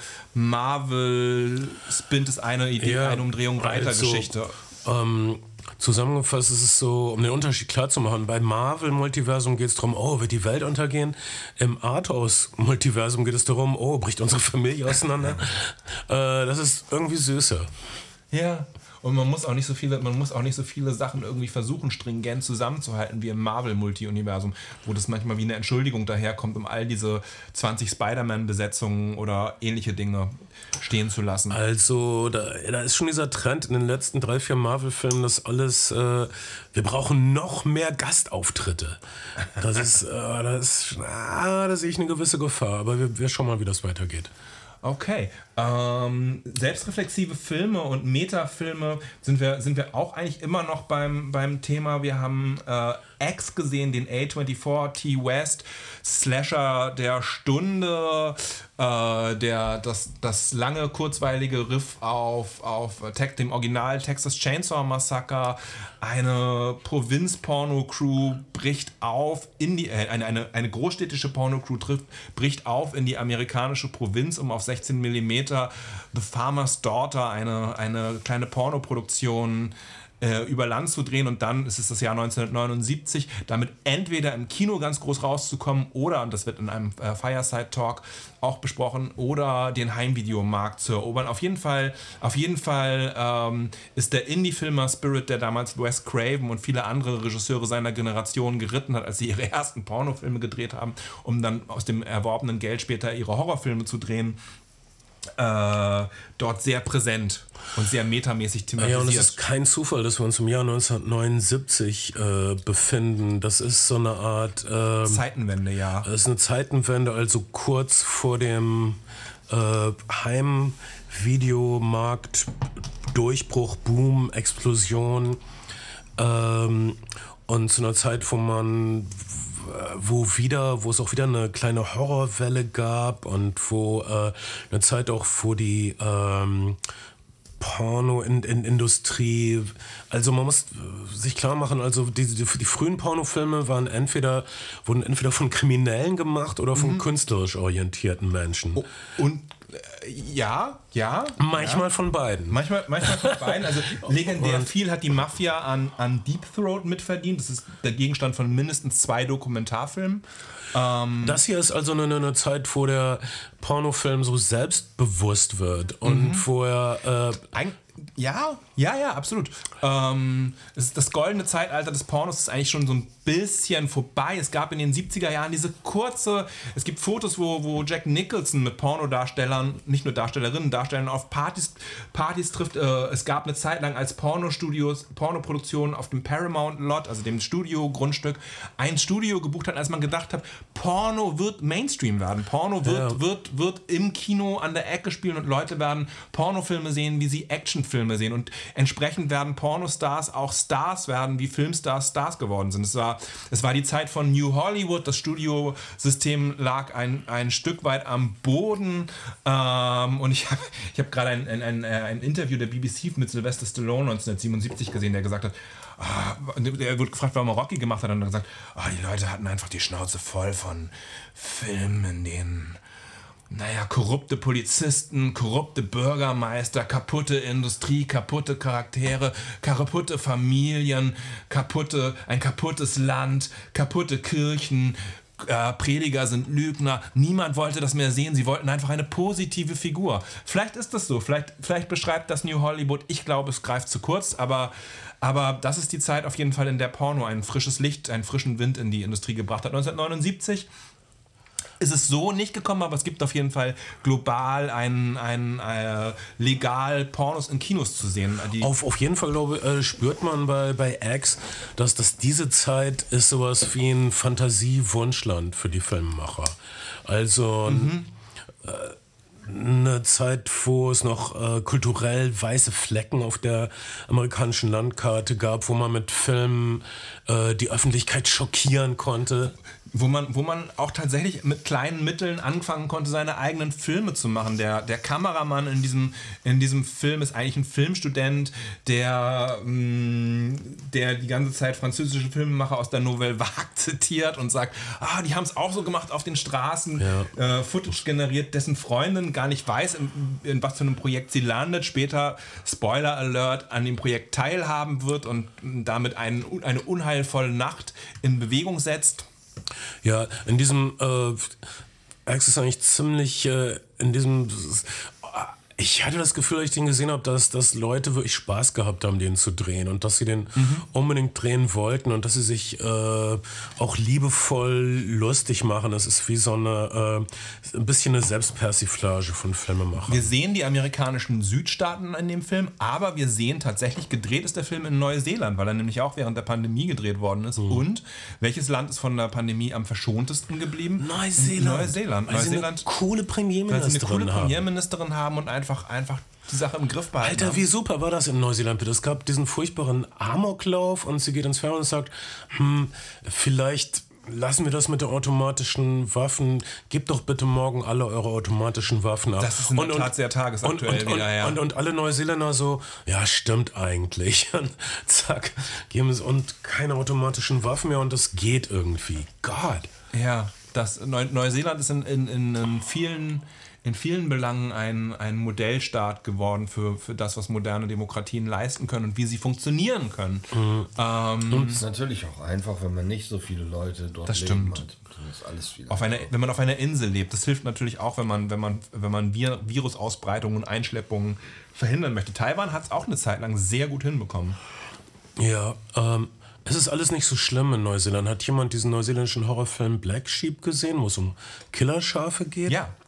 Marvel-Spint ist eine Idee, Ja, eine Umdrehung weiter also, Geschichte. Ähm, zusammengefasst ist es so, um den Unterschied klar zu machen, beim Marvel-Multiversum geht es darum, oh, wird die Welt untergehen? Im Arthouse-Multiversum geht es darum, oh, bricht unsere Familie auseinander? äh, das ist irgendwie süßer. Ja. Und man muss auch nicht so viele, man muss auch nicht so viele Sachen irgendwie versuchen, stringent zusammenzuhalten wie im Marvel-Multi-Universum, wo das manchmal wie eine Entschuldigung daherkommt, um all diese zwanzig Spider-Man-Besetzungen oder ähnliche Dinge stehen zu lassen. Also, da, da ist schon dieser Trend in den letzten drei, vier Marvel-Filmen, dass alles, äh, wir brauchen noch mehr Gastauftritte. Das ist, äh, das, ah, da sehe ich eine gewisse Gefahr, aber wir, wir schauen mal, wie das weitergeht. Okay. Ähm, selbstreflexive Filme und Metafilme sind wir, sind wir auch eigentlich immer noch beim, beim Thema. Wir haben äh, X gesehen, den A vierundzwanzig, T-West, Slasher der Stunde, äh, der, das, das lange, kurzweilige Riff auf, auf Tech, dem Original Texas Chainsaw Massacre. Eine Provinz-Porno-Crew bricht auf in die, äh, eine, eine, eine großstädtische Porno-Crew trifft, bricht auf in die amerikanische Provinz, um auf sechzehn Millimeter The Farmer's Daughter, eine, eine kleine Pornoproduktion äh, über Land zu drehen, und dann ist es das Jahr neunzehnhundertneunundsiebzig, damit entweder im Kino ganz groß rauszukommen oder, und das wird in einem äh, Fireside Talk auch besprochen, oder den Heimvideomarkt zu erobern. Auf jeden Fall, auf jeden Fall ähm, ist der Indie-Filmer-Spirit, der damals Wes Craven und viele andere Regisseure seiner Generation geritten hat, als sie ihre ersten Pornofilme gedreht haben, um dann aus dem erworbenen Geld später ihre Horrorfilme zu drehen. äh, dort sehr präsent und sehr metamäßig thematisiert. Ja, und es ist kein Zufall, dass wir uns im Jahr neunzehnhundertneunundsiebzig äh, befinden. Das ist so eine Art... Äh, Zeitenwende, ja. Das ist eine Zeitenwende, also kurz vor dem äh, Heimvideomarkt, Durchbruch, Boom, Explosion. Ähm, und zu einer Zeit, wo man... wo wieder, wo es auch wieder eine kleine Horrorwelle gab und wo äh, eine Zeit auch, wo die ähm, Porno-Industrie, also man muss sich klar machen, also die, die, die frühen Pornofilme waren entweder, wurden entweder von Kriminellen gemacht oder von mhm. künstlerisch orientierten Menschen. Oh, und äh, ja, ja. Manchmal ja. von beiden. Manchmal, manchmal von beiden. Also legendär und viel hat die Mafia an, an Deep Throat mitverdient. Das ist der Gegenstand von mindestens zwei Dokumentarfilmen. Ähm das hier ist also eine, eine Zeit, wo der Pornofilm so selbstbewusst wird und mhm. wo er... Äh, Ein, ja, ja, ja, absolut. Ähm, es ist das goldene Zeitalter des Pornos ist eigentlich schon so ein bisschen vorbei. Es gab in den siebziger Jahren diese kurze, es gibt Fotos, wo, wo Jack Nicholson mit Pornodarstellern, nicht nur Darstellerinnen, Darstellern auf Partys, Partys trifft. Äh, es gab eine Zeit lang als Pornostudios, Pornoproduktionen auf dem Paramount Lot, also dem Studio-Grundstück, ein Studio gebucht hat, als man gedacht hat, Porno wird Mainstream werden. Porno wird, ja. wird, wird im Kino an der Ecke spielen und Leute werden Pornofilme sehen, wie sie Actionfilme sehen. Und entsprechend werden Pornostars auch Stars werden, wie Filmstars Stars geworden sind. Es war, es war die Zeit von New Hollywood. Das Studiosystem lag ein, ein Stück weit am Boden. Ähm, und ich habe ich hab gerade ein, ein, ein, ein Interview der B B C mit Sylvester Stallone neunzehnhundertsiebenundsiebzig gesehen, der gesagt hat, ah, er wurde gefragt, warum er Rocky gemacht hat, und dann gesagt, ah, die Leute hatten einfach die Schnauze voll von Filmen, in denen naja, korrupte Polizisten, korrupte Bürgermeister, kaputte Industrie, kaputte Charaktere, kaputte Familien, kaputte, ein kaputtes Land, kaputte Kirchen, äh, Prediger sind Lügner. Niemand wollte das mehr sehen. Sie wollten einfach eine positive Figur. Vielleicht ist das so. Vielleicht, vielleicht beschreibt das New Hollywood. Ich glaube, es greift zu kurz, aber Aber das ist die Zeit auf jeden Fall, in der Porno ein frisches Licht, einen frischen Wind in die Industrie gebracht hat. neunzehnhundertneunundsiebzig ist es so nicht gekommen, aber es gibt auf jeden Fall global ein, ein äh, legal Pornos in Kinos zu sehen. Die auf, auf jeden Fall, glaube ich, äh, spürt man bei, bei X, dass das diese Zeit ist sowas wie ein Fantasie-Wunschland für die Filmemacher. Also mhm. äh, eine Zeit, wo es noch äh, kulturell weiße Flecken auf der amerikanischen Landkarte gab, wo man mit Filmen äh, die Öffentlichkeit schockieren konnte. Wo man, wo man auch tatsächlich mit kleinen Mitteln anfangen konnte, seine eigenen Filme zu machen. Der, der Kameramann in diesem, in diesem Film ist eigentlich ein Filmstudent, der, mh, der die ganze Zeit französische Filmemacher aus der Nouvelle Vague zitiert und sagt, ah, die haben es auch so gemacht auf den Straßen, ja. äh, Footage generiert, dessen Freundin gar nicht weiß, in, in was für einem Projekt sie landet, später, Spoiler Alert, an dem Projekt teilhaben wird und damit ein, eine unheilvolle Nacht in Bewegung setzt. Ja, in diesem äh, X ist eigentlich ziemlich äh, in diesem ich hatte das Gefühl, als ich den gesehen habe, dass, dass Leute wirklich Spaß gehabt haben, den zu drehen und dass sie den mhm. unbedingt drehen wollten und dass sie sich äh, auch liebevoll lustig machen. Das ist wie so eine äh, ein bisschen eine Selbstpersiflage von Filmemachern. Wir sehen die amerikanischen Südstaaten in dem Film, aber wir sehen tatsächlich, gedreht ist der Film in Neuseeland, weil er nämlich auch während der Pandemie gedreht worden ist. Mhm. Und welches Land ist von der Pandemie am verschontesten geblieben? Neuseeland. Neuseeland. Weil Neuseeland. Sie eine coole Premierministerin weil sie eine coole haben. Premierministerin haben und einfach Einfach, einfach die Sache im Griff behalten. Alter, haben. Wie super war das in Neuseeland bitte? Es gab diesen furchtbaren Amoklauf und sie geht ins Fernsehen und sagt, hm, vielleicht lassen wir das mit der automatischen Waffen. Gebt doch bitte morgen alle eure automatischen Waffen ab. Das ist in der Tat sehr tagesaktuell und, und, wieder, ja. Und, und, und alle Neuseeländer so, ja, stimmt eigentlich. Und zack, geben es und keine automatischen Waffen mehr und das geht irgendwie. Gott. Ja, das, Neu- Neuseeland ist in, in, in vielen... in vielen Belangen ein, ein Modellstaat geworden für, für das, was moderne Demokratien leisten können und wie sie funktionieren können. Mhm. Ähm, und es ist natürlich auch einfach, wenn man nicht so viele Leute dort das leben stimmt. hat. Das ist alles viel auf einer, wenn man auf einer Insel lebt, das hilft natürlich auch, wenn man, wenn man, wenn man Vir- Virusausbreitungen und Einschleppungen verhindern möchte. Taiwan hat es auch eine Zeit lang sehr gut hinbekommen. Ja, ähm, es ist alles nicht so schlimm in Neuseeland. Hat jemand diesen neuseeländischen Horrorfilm Black Sheep gesehen, wo es um Killerschafe geht? Ja.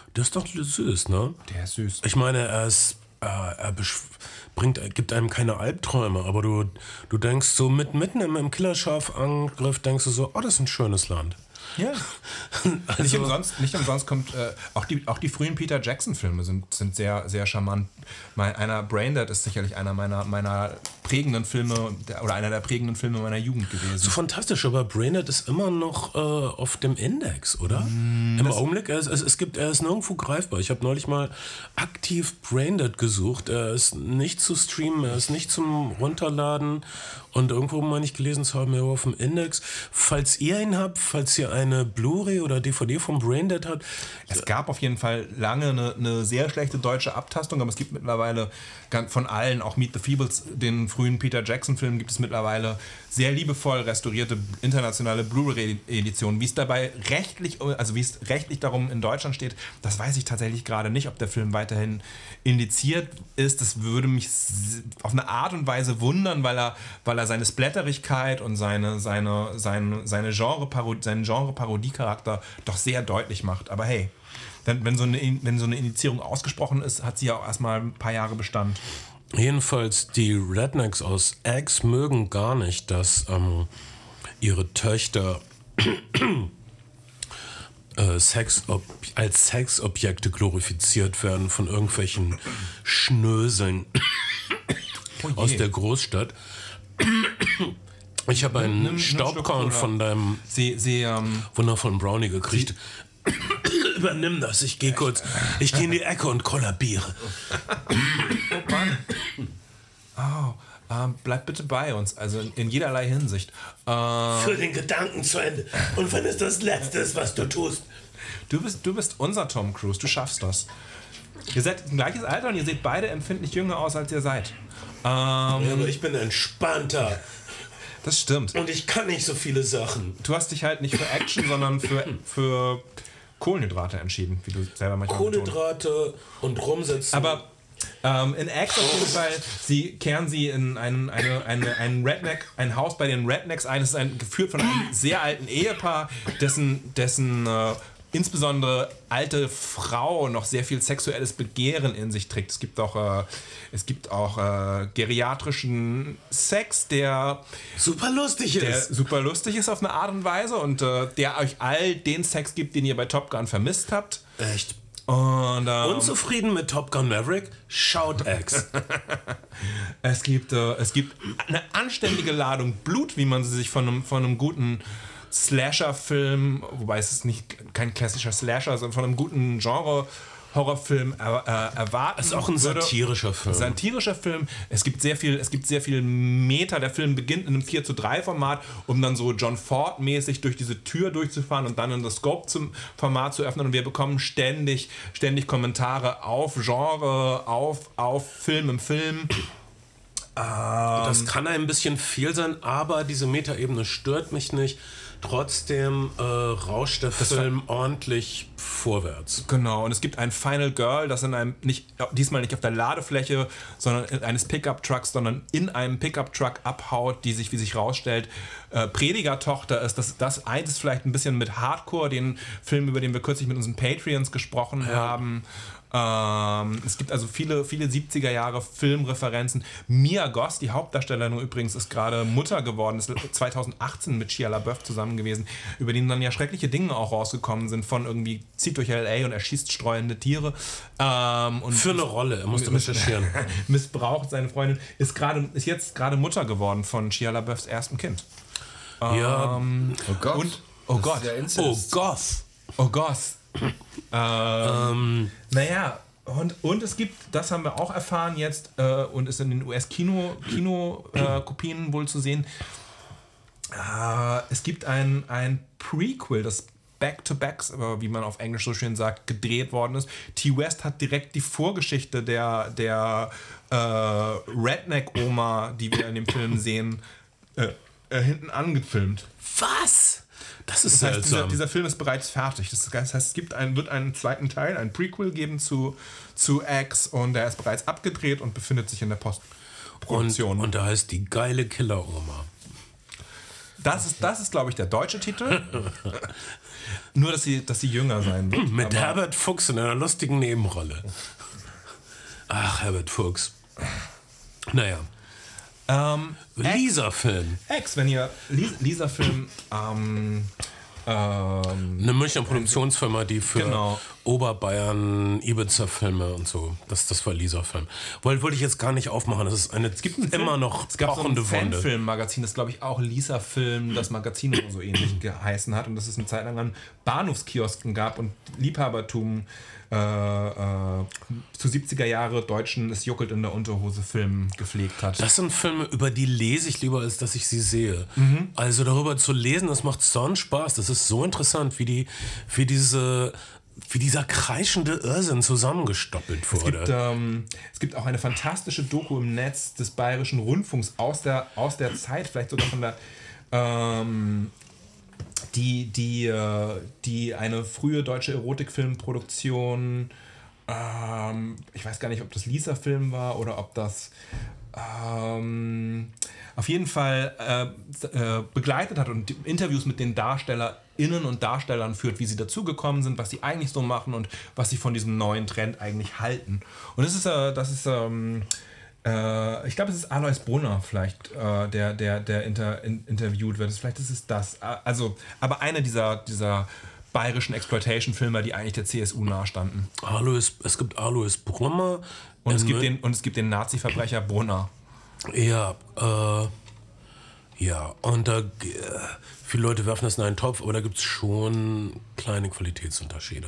Der ist doch süß, ne? Der ist süß. Ich meine, er ist, äh, er besch- bringt, er gibt einem keine Albträume, aber du, du denkst so mit, mitten im, im Killerscharf-Angriff, denkst du so, oh, das ist ein schönes Land. Ja. Also, Nicht umsonst, nicht umsonst kommt, äh, auch, die, auch die frühen Peter Jackson-Filme sind, sind sehr, sehr charmant. Mein, einer Braindead ist sicherlich einer meiner, meiner prägenden Filme, der, oder einer der prägenden Filme meiner Jugend gewesen. so fantastisch, aber Braindead ist immer noch äh, auf dem Index, oder? Mm, Im Augenblick, er ist, es, es gibt, er ist nirgendwo greifbar. Ich habe neulich mal aktiv Braindead gesucht. Er ist nicht zu streamen, er ist nicht zum Runterladen. Und irgendwo meine ich gelesen zu haben, er war auf dem Index. Falls ihr ihn habt, falls ihr eine Blu-ray oder D V D von Braindead habt. Es gab auf jeden Fall lange eine, eine sehr schlechte deutsche Abtastung, aber es gibt mittlerweile von allen, auch Meet the Feebles, den frühen Peter Jackson-Film, gibt es mittlerweile sehr liebevoll restaurierte internationale Blu-ray-Editionen. Wie es dabei rechtlich, also wie es rechtlich darum in Deutschland steht, das weiß ich tatsächlich gerade nicht, ob der Film weiterhin indiziert ist. Das würde mich auf eine Art und Weise wundern, weil er, weil er seine Splatterigkeit und seine, seine, seine, seine Genre-Parodie, seinen Genre-Parodie-Charakter doch sehr deutlich macht. Aber hey, wenn, wenn, so eine, wenn so eine Indizierung ausgesprochen ist, hat sie ja auch erstmal ein paar Jahre Bestand. Jedenfalls, die Rednecks aus X mögen gar nicht, dass ähm, ihre Töchter äh, Sex als Sexobjekte glorifiziert werden von irgendwelchen Schnöseln Oh aus der Großstadt. Ich habe einen Nimm- nimm Staubkorn Schluck, von deinem Sie, sie ähm, wundervollen Brownie gekriegt. Übernimm das, ich gehe kurz. Ich gehe in die Ecke und kollabiere. oh, ähm, bleib bitte bei uns, also in, in jederlei Hinsicht. Ähm, Für den Gedanken zu Ende. Und wenn es das Letzte ist, was du tust. du, bist, du bist unser Tom Cruise, du schaffst das. Ihr seid im gleichen Alter und ihr seht beide empfindlich jünger aus, als ihr seid. Ähm, Ja, aber ich bin entspannter. das stimmt. Und ich kann nicht so viele Sachen. Du hast dich halt nicht für Action, sondern für, für Kohlenhydrate entschieden, wie du selber manchmal betonst. Kohlenhydrate und rumsetzen. Aber ähm, in X auf jeden Fall, sie kehren sie in einen, eine, eine, einen Redneck, ein Haus bei den Rednecks ein. Es ist ein, geführt von einem sehr alten Ehepaar, dessen, dessen äh, insbesondere alte Frau noch sehr viel sexuelles Begehren in sich trägt. Es gibt auch, äh, es gibt auch äh, geriatrischen Sex, der super lustig der ist. super lustig ist auf eine Art und Weise und äh, der euch all den Sex gibt, den ihr bei Top Gun vermisst habt. Echt. Und ähm, Unzufrieden mit Top Gun Maverick? Schaut X. es gibt, äh, es gibt eine anständige Ladung Blut, wie man sie sich von einem, von einem guten Slasher-Film, wobei es ist nicht kein klassischer Slasher, sondern von einem guten Genre Horrorfilm er, äh, erwarten. Es ist auch ein satirischer Film. Satirischer Film. Es gibt sehr viel, es gibt sehr viel Meter. Der Film beginnt in einem vier zu drei Format, um dann so John Ford-mäßig durch diese Tür durchzufahren und dann in das Scope-Format zu öffnen. Und wir bekommen ständig, ständig Kommentare auf Genre, auf, auf Film im Film. Das kann ein bisschen viel sein, aber diese Metaebene stört mich nicht. Trotzdem äh, rauscht der Film ordentlich vorwärts. Genau, und es gibt ein Final Girl, das in einem, nicht, diesmal nicht auf der Ladefläche sondern in eines Pickup-Trucks, sondern in einem Pickup-Truck abhaut, die sich, wie sich rausstellt, äh, Predigertochter ist. Das, das eint es vielleicht ein bisschen mit Hardcore, den Film, über den wir kürzlich mit unseren Patreons gesprochen ja. haben. Ähm, es gibt also viele, viele siebziger Jahre Filmreferenzen. Mia Goth, die Hauptdarstellerin übrigens, ist gerade Mutter geworden, ist zwanzig achtzehn mit Shia LaBeouf zusammen gewesen, über den dann ja schreckliche Dinge auch rausgekommen sind, von irgendwie zieht durch L A und erschießt streuende Tiere. Ähm, und Für eine Rolle, er musste recherchieren. Missbraucht seine Freundin, ist, gerade, ist jetzt gerade Mutter geworden von Shia LaBeoufs erstem Kind. Ja. Ähm, Oh Gott. Und, oh Das Gott. ist ja Oh Inzest. Gott. Oh Gott. ähm, Ähm, naja, und, und es gibt, das haben wir auch erfahren jetzt äh, und ist in den U S-Kino Kino, äh, Kopien wohl zu sehen. Äh, es gibt ein, ein Prequel, das Back-to-Back, wie man auf Englisch so schön sagt, gedreht worden ist. T. West hat direkt die Vorgeschichte der, der äh, Redneck-Oma, die wir in dem Film sehen, äh, äh, hinten angefilmt. was? Das ist Das heißt, dieser, seltsam. dieser Film ist bereits fertig. Das heißt, es gibt einen, wird einen zweiten Teil, ein Prequel geben zu, zu X und der ist bereits abgedreht und befindet sich in der und, Postproduktion. und da heißt die geile Killer-Oma. Das ist, das ist glaube ich, der deutsche Titel. Nur, dass sie, dass sie jünger sein wird. Mit Aber Herbert Fuchs in einer lustigen Nebenrolle. Ach, Herbert Fuchs. Naja. Ähm, Lisa-Film. Ex, wenn ihr Lis- Lisa-Film ähm, ähm, Eine Münchner Produktionsfirma, die für Genau. Oberbayern, Ibiza-Filme und so. Das, das war Lisa-Film. Wollte wollte ich jetzt gar nicht aufmachen. Das ist eine es gibt immer noch es gab so ein pochende Wunde. Fanfilm-Magazin, das glaube ich auch Lisa-Film, das Magazin oder so ähnlich geheißen hat und das es eine Zeit lang an Bahnhofskiosken gab und Liebhabertum äh, äh, zu siebziger Jahre deutschen Es juckelt in der Unterhose Film gepflegt hat. Das sind Filme, über die lese ich lieber, als dass ich sie sehe. Mhm. Also darüber zu lesen, das macht so einen Spaß. Das ist so interessant, wie, die, wie, diese, wie dieser kreischende Irrsinn zusammengestoppelt Es wurde. gibt, ähm, es gibt auch eine fantastische Doku im Netz des Bayerischen Rundfunks aus der, aus der Zeit, vielleicht sogar von der, ähm, die, die, äh, die eine frühe deutsche Erotikfilmproduktion, ähm, ich weiß gar nicht, ob das Lisa-Film war oder ob das ähm, auf jeden Fall äh, äh, begleitet hat und Interviews mit den DarstellerInnen und Darstellern führt, wie sie dazugekommen sind, was sie eigentlich so machen und was sie von diesem neuen Trend eigentlich halten. Und das ist, äh, das ist ähm, äh, ich glaube, es ist Alois Brunner vielleicht, äh, der, der, der inter, in, interviewt wird. Vielleicht ist es das. Also, aber einer dieser, dieser bayerischen Exploitation-Filmer, die eigentlich der C S U nahestanden. Alois, es gibt Alois Brummer. Und es, in gibt Mün- den, und es gibt den Nazi-Verbrecher Brunner. Ja, äh, ja, und da, äh, viele Leute werfen das in einen Topf, aber da gibt es schon kleine Qualitätsunterschiede.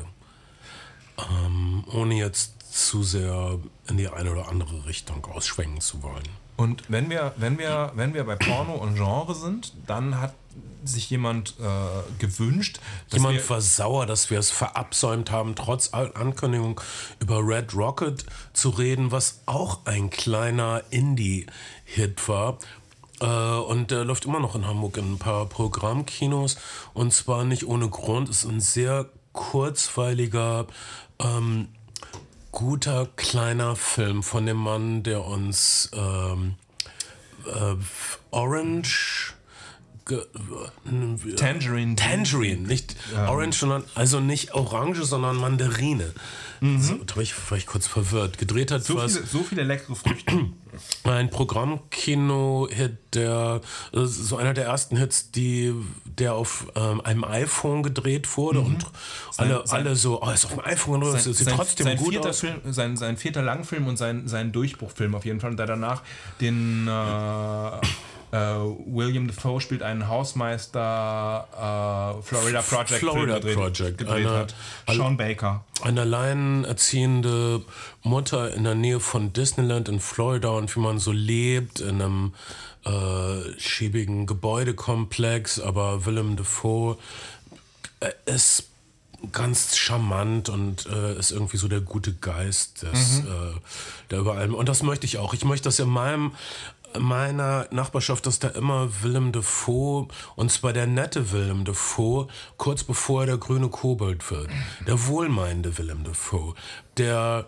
Ähm, ohne jetzt zu sehr in die eine oder andere Richtung ausschwenken zu wollen. Und wenn wir, wenn wir, wenn wir bei Porno und Genre sind, dann hat sich jemand äh, gewünscht, dass Jemand wir, war sauer, dass wir es verabsäumt haben, trotz Ankündigung über Red Rocket zu reden, was auch ein kleiner Indie-Hit war. Äh, und der läuft immer noch in Hamburg in ein paar Programmkinos. Und zwar nicht ohne Grund. Es ist ein sehr kurzweiliger, ähm, guter, kleiner Film von dem Mann, der uns ähm, äh, Orange... Ge- äh, Tangerine. Tangerine, nicht Orange, sondern also nicht Orange, sondern Mandarine. So, da war ich, war ich kurz verwirrt. Gedreht hat So was viele, so viele leckere Früchte. ein Programmkino-Hit, der äh, so einer der ersten Hits, die der auf ähm, einem iPhone gedreht wurde und alle, sein- alle so, oh, ist auf dem iPhone gedreht, das sieht trotzdem sein gut vierter aus. Film, sein, sein vierter Langfilm und sein, sein Durchbruchfilm auf jeden Fall. Und der danach den äh, äh, William Dafoe spielt einen Hausmeister äh, Florida Project Florida Film gedreht, Project, gedreht eine- hat. Sean Baker. Eine alleinerziehende Mutter in der Nähe von Disneyland in Florida und wie man so lebt in einem äh, schäbigen Gebäudekomplex, aber Willem Dafoe äh, ist ganz charmant und äh, ist irgendwie so der gute Geist des, Mhm. äh, der über allem. Und das möchte ich auch. Ich möchte, dass in meinem meiner Nachbarschaft, dass da immer Willem Dafoe, und zwar der nette Willem Dafoe, kurz bevor er der grüne Kobold wird. Der wohlmeinende Willem Dafoe. Der,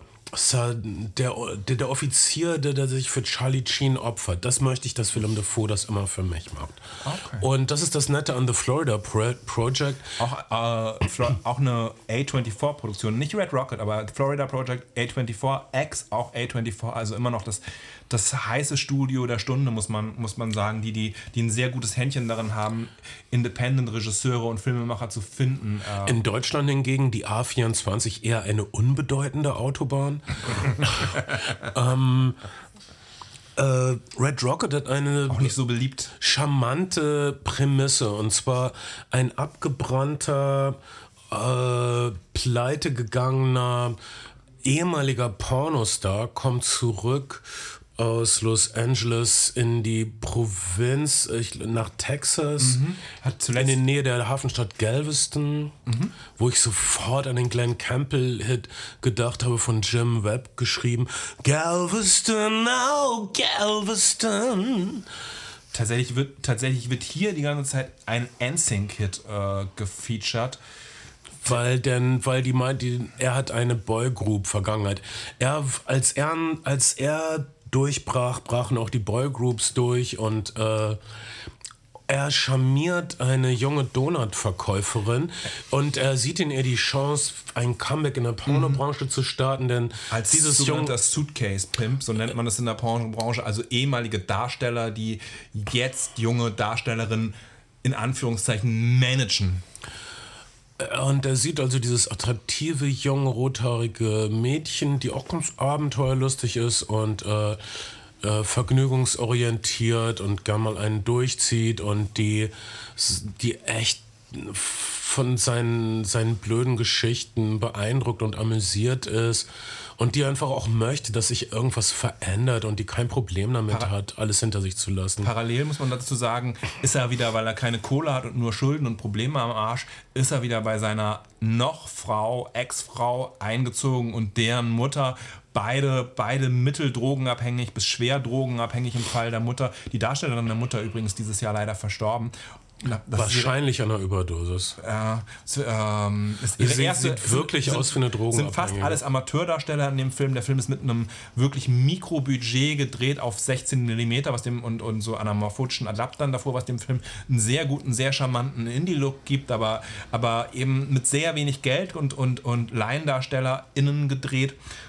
der, der, der Offizier, der, der sich für Charlie Sheen opfert. Das möchte ich, dass Willem Dafoe das immer für mich macht. Okay. Und das ist das Nette an The Florida Pro- Project. Auch, äh, Flo- auch eine A vierundzwanzig Produktion, nicht Red Rocket, aber Florida Project, A vierundzwanzig, X auch A vierundzwanzig, also immer noch das, das heiße Studio der Stunde, muss man, muss man sagen, die, die, die ein sehr gutes Händchen darin haben, Independent-Regisseure und Filmemacher zu finden. Äh, In Deutschland hingegen die A vierundzwanzig eher eine unbedeutende Autobahn. ähm, äh, Red Rocket hat eine auch nicht so beliebt. charmante Prämisse, und zwar ein abgebrannter, äh, pleitegegangener ehemaliger Pornostar kommt zurück aus Los Angeles in die Provinz, ich, nach Texas, Hat in zuletzt der Nähe der Hafenstadt Galveston, wo ich sofort an den Glenn Campbell-Hit gedacht habe, von Jim Webb geschrieben. Galveston, oh Galveston. tatsächlich wird, tatsächlich wird hier die ganze Zeit ein N Sync-Hit äh, gefeatured. Weil, denn, weil die meint, die, er hat eine Boygroup-Vergangenheit. Er, als er, als er durchbrach, brachen auch die Boygroups durch und, äh, er charmiert eine junge Donutverkäuferin und er sieht in ihr die Chance, ein Comeback in der Pornobranche mhm. zu starten, denn als dieses sogenannter Suitcase-Pimp, so nennt man das in der Pornobranche, also ehemalige Darsteller, die jetzt junge Darstellerinnen in Anführungszeichen managen. Und er sieht also dieses attraktive, junge, rothaarige Mädchen, die auch ganz abenteuerlustig ist und äh, äh, vergnügungsorientiert und gern mal einen durchzieht und die, die echt von seinen, seinen blöden Geschichten beeindruckt und amüsiert ist und die einfach auch möchte, dass sich irgendwas verändert und die kein Problem damit Para- hat, alles hinter sich zu lassen. Parallel muss man dazu sagen, ist er wieder, weil er keine Kohle hat und nur Schulden und Probleme am Arsch, ist er wieder bei seiner noch Frau, Ex-Frau eingezogen und deren Mutter, beide, beide mitteldrogenabhängig bis schwer drogenabhängig im Fall der Mutter. Die Darstellerin der Mutter übrigens dieses Jahr leider verstorben. Na, Wahrscheinlich an einer Überdosis. Äh, so, ähm, ist ihre Sie erste, sieht wirklich sind, aus wie eine Drogenabhängige. Sind fast alles Amateurdarsteller in dem Film. Der Film ist mit einem wirklich Mikrobudget gedreht auf sechzehn Millimeter was dem, und, und so anamorphotischen Adaptern davor, was dem Film einen sehr guten, sehr charmanten Indie-Look gibt, aber, aber eben mit sehr wenig Geld und, und, und LaiendarstellerInnen gedreht.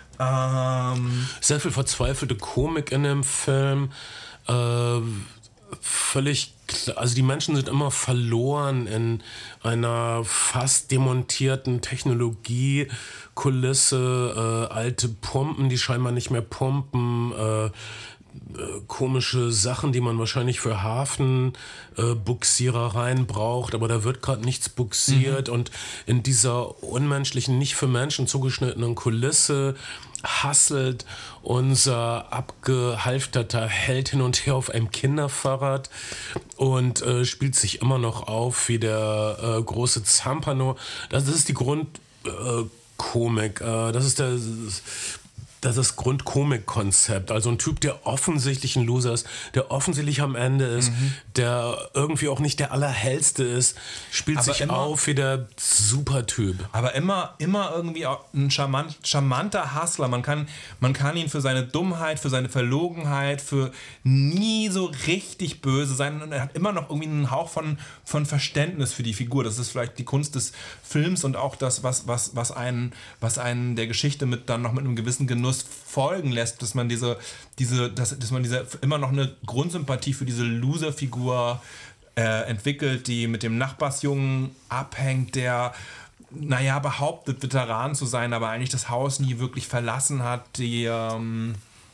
Ähm, sehr viel verzweifelte Komik in dem Film. Äh, völlig, also die Menschen sind immer verloren in einer fast demontierten Technologiekulisse, äh, alte Pumpen, die scheinbar nicht mehr pumpen, äh, komische Sachen, die man wahrscheinlich für Hafenbugsierereien äh, braucht, aber da wird gerade nichts buxiert mhm. und in dieser unmenschlichen, nicht für Menschen zugeschnittenen Kulisse hasselt unser abgehalfterter Held hin und her auf einem Kinderfahrrad und äh, spielt sich immer noch auf wie der äh, große Zampano. Das, das ist die Grundkomik. Äh, äh, das ist der... Das ist das Grundkomik-Konzept. Also ein Typ, der offensichtlich ein Loser ist, der offensichtlich am Ende ist, mhm. der irgendwie auch nicht der Allerhellste ist, spielt aber sich immer, auf wie der Supertyp. Aber immer, immer irgendwie ein charmant, charmanter Hustler. Man kann, man kann ihn für seine Dummheit, für seine Verlogenheit, für nie so richtig böse sein. Und er hat immer noch irgendwie einen Hauch von, von Verständnis für die Figur. Das ist vielleicht die Kunst des Films und auch das, was, was, was, einen, was einen der Geschichte mit dann noch mit einem gewissen Genuss folgen lässt, dass man diese, diese, dass, dass man diese immer noch eine Grundsympathie für diese Loser-Figur äh, entwickelt, die mit dem Nachbarsjungen abhängt, der naja, behauptet, Veteran zu sein, aber eigentlich das Haus nie wirklich verlassen hat, die ähm,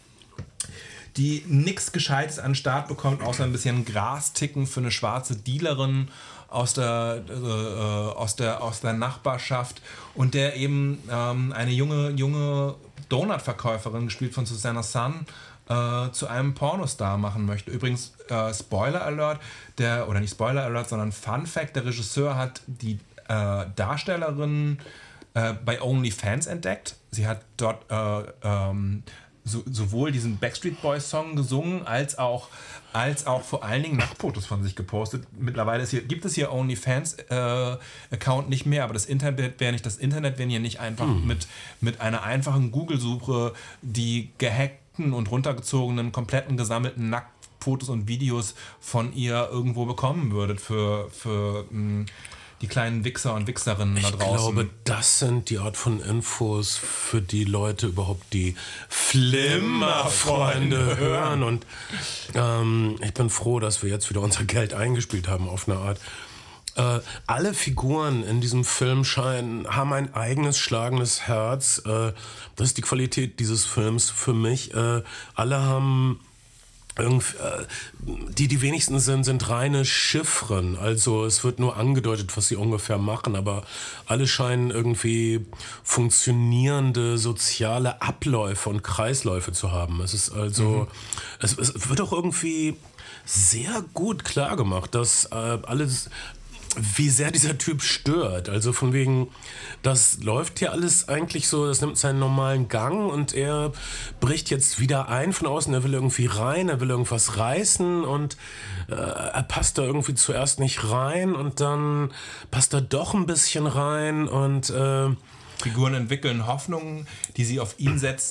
die nichts Gescheites an den Start bekommt, außer ein bisschen Grasticken für eine schwarze Dealerin aus der, äh, aus der, aus der Nachbarschaft und der eben ähm, eine junge, junge Donutverkäuferin, gespielt von Susanna Sun, äh, zu einem Pornostar machen möchte. Übrigens, äh, Spoiler Alert, der, oder nicht Spoiler Alert, sondern Fun Fact, der Regisseur hat die äh, Darstellerin äh, bei OnlyFans entdeckt. Sie hat dort äh, ähm, so, sowohl diesen Backstreet Boys Song gesungen, als auch, als auch vor allen Dingen Nacktfotos von sich gepostet. Mittlerweile ist hier, gibt es hier OnlyFans äh, Account nicht mehr, aber das Internet wäre nicht das Internet, wenn ihr nicht einfach hm. mit, mit einer einfachen Google-Suche die gehackten und runtergezogenen, kompletten gesammelten Nacktfotos und Videos von ihr irgendwo bekommen würdet für, für mh, die kleinen Wichser und Wichserinnen da draußen. Ich glaube, das sind die Art von Infos, für die Leute überhaupt die Flimmerfreunde hören. Und ähm, ich bin froh, dass wir jetzt wieder unser Geld eingespielt haben auf eine Art. Äh, alle Figuren in diesem Film scheinen, haben ein eigenes schlagendes Herz. Äh, das ist die Qualität dieses Films für mich. Äh, alle haben... Die, die wenigsten sind, sind reine Chiffren. Also es wird nur angedeutet, was sie ungefähr machen, aber alle scheinen irgendwie funktionierende soziale Abläufe und Kreisläufe zu haben. Es ist also, mhm. es, es wird auch irgendwie sehr gut klar gemacht, dass äh, alles, wie sehr dieser Typ stört. Also von wegen, das läuft hier alles eigentlich so, das nimmt seinen normalen Gang und er bricht jetzt wieder ein von außen, er will irgendwie rein, er will irgendwas reißen und äh, er passt da irgendwie zuerst nicht rein und dann passt er doch ein bisschen rein und äh, Figuren entwickeln Hoffnungen, die sie auf ihn setzen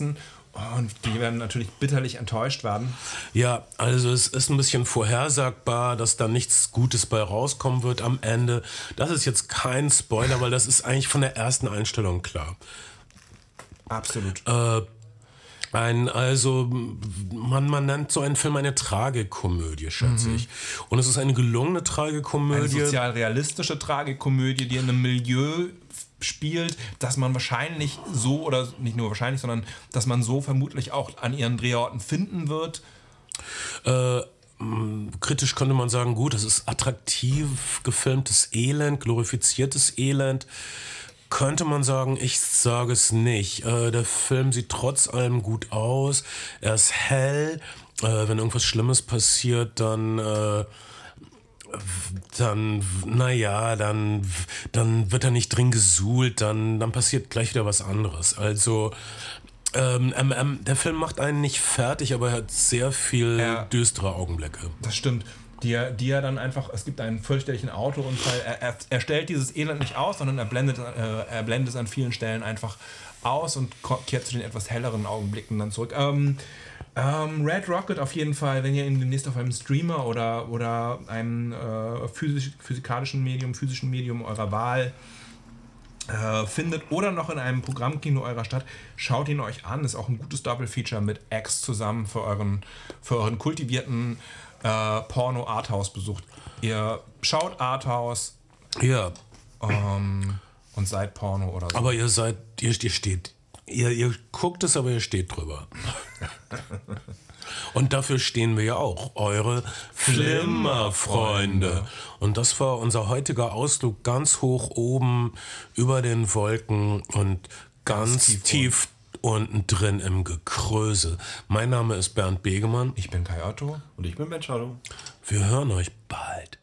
Und die werden natürlich bitterlich enttäuscht werden. Ja, also es ist ein bisschen vorhersagbar, dass da nichts Gutes bei rauskommen wird am Ende. Das ist jetzt kein Spoiler, weil das ist eigentlich von der ersten Einstellung klar. Absolut. Äh, ein, also man, man nennt so einen Film eine Tragikomödie, schätze mhm. ich. Und es ist eine gelungene Tragikomödie. Eine sozial-realistische Tragikomödie, die in einem Milieu spielt, dass man wahrscheinlich so, oder nicht nur wahrscheinlich, sondern dass man so vermutlich auch an ihren Drehorten finden wird. Äh, kritisch könnte man sagen, gut, das ist attraktiv gefilmtes Elend, glorifiziertes Elend. Könnte man sagen, ich sage es nicht. Äh, der Film sieht trotz allem gut aus. Er ist hell. Äh, wenn irgendwas Schlimmes passiert, dann... Äh, dann, naja, dann, dann wird er nicht drin gesuhlt, dann, dann passiert gleich wieder was anderes. Also, ähm, ähm, der Film macht einen nicht fertig, aber er hat sehr viel ja, düstere Augenblicke. Das stimmt. Die er, die er dann einfach, es gibt einen fürchterlichen Autounfall, er, er, er stellt dieses Elend nicht aus, sondern er blendet, äh, er blendet es an vielen Stellen einfach aus und kehrt zu den etwas helleren Augenblicken dann zurück. Ähm, ähm, Red Rocket auf jeden Fall, wenn ihr ihn demnächst auf einem Streamer oder, oder einem äh, physisch, physikalischen Medium, physischen Medium eurer Wahl äh, findet oder noch in einem Programmkino eurer Stadt, schaut ihn euch an. Ist auch ein gutes Double-Feature mit X zusammen für euren, für euren kultivierten äh, Porno-Arthouse-Besuch. Ihr schaut Arthouse ja. ähm, und seid Porno oder so. Aber ihr seid, ihr, ihr steht, ihr, ihr guckt es, aber ihr steht drüber. Und dafür stehen wir ja auch, eure Flimmerfreunde. Und das war unser heutiger Ausflug ganz hoch oben über den Wolken und ganz, ganz tief, tief unten drin im Gekröse. Mein Name ist Bernd Begemann. Ich bin Kai Otto. Und ich bin Ben Schado. Wir hören euch bald.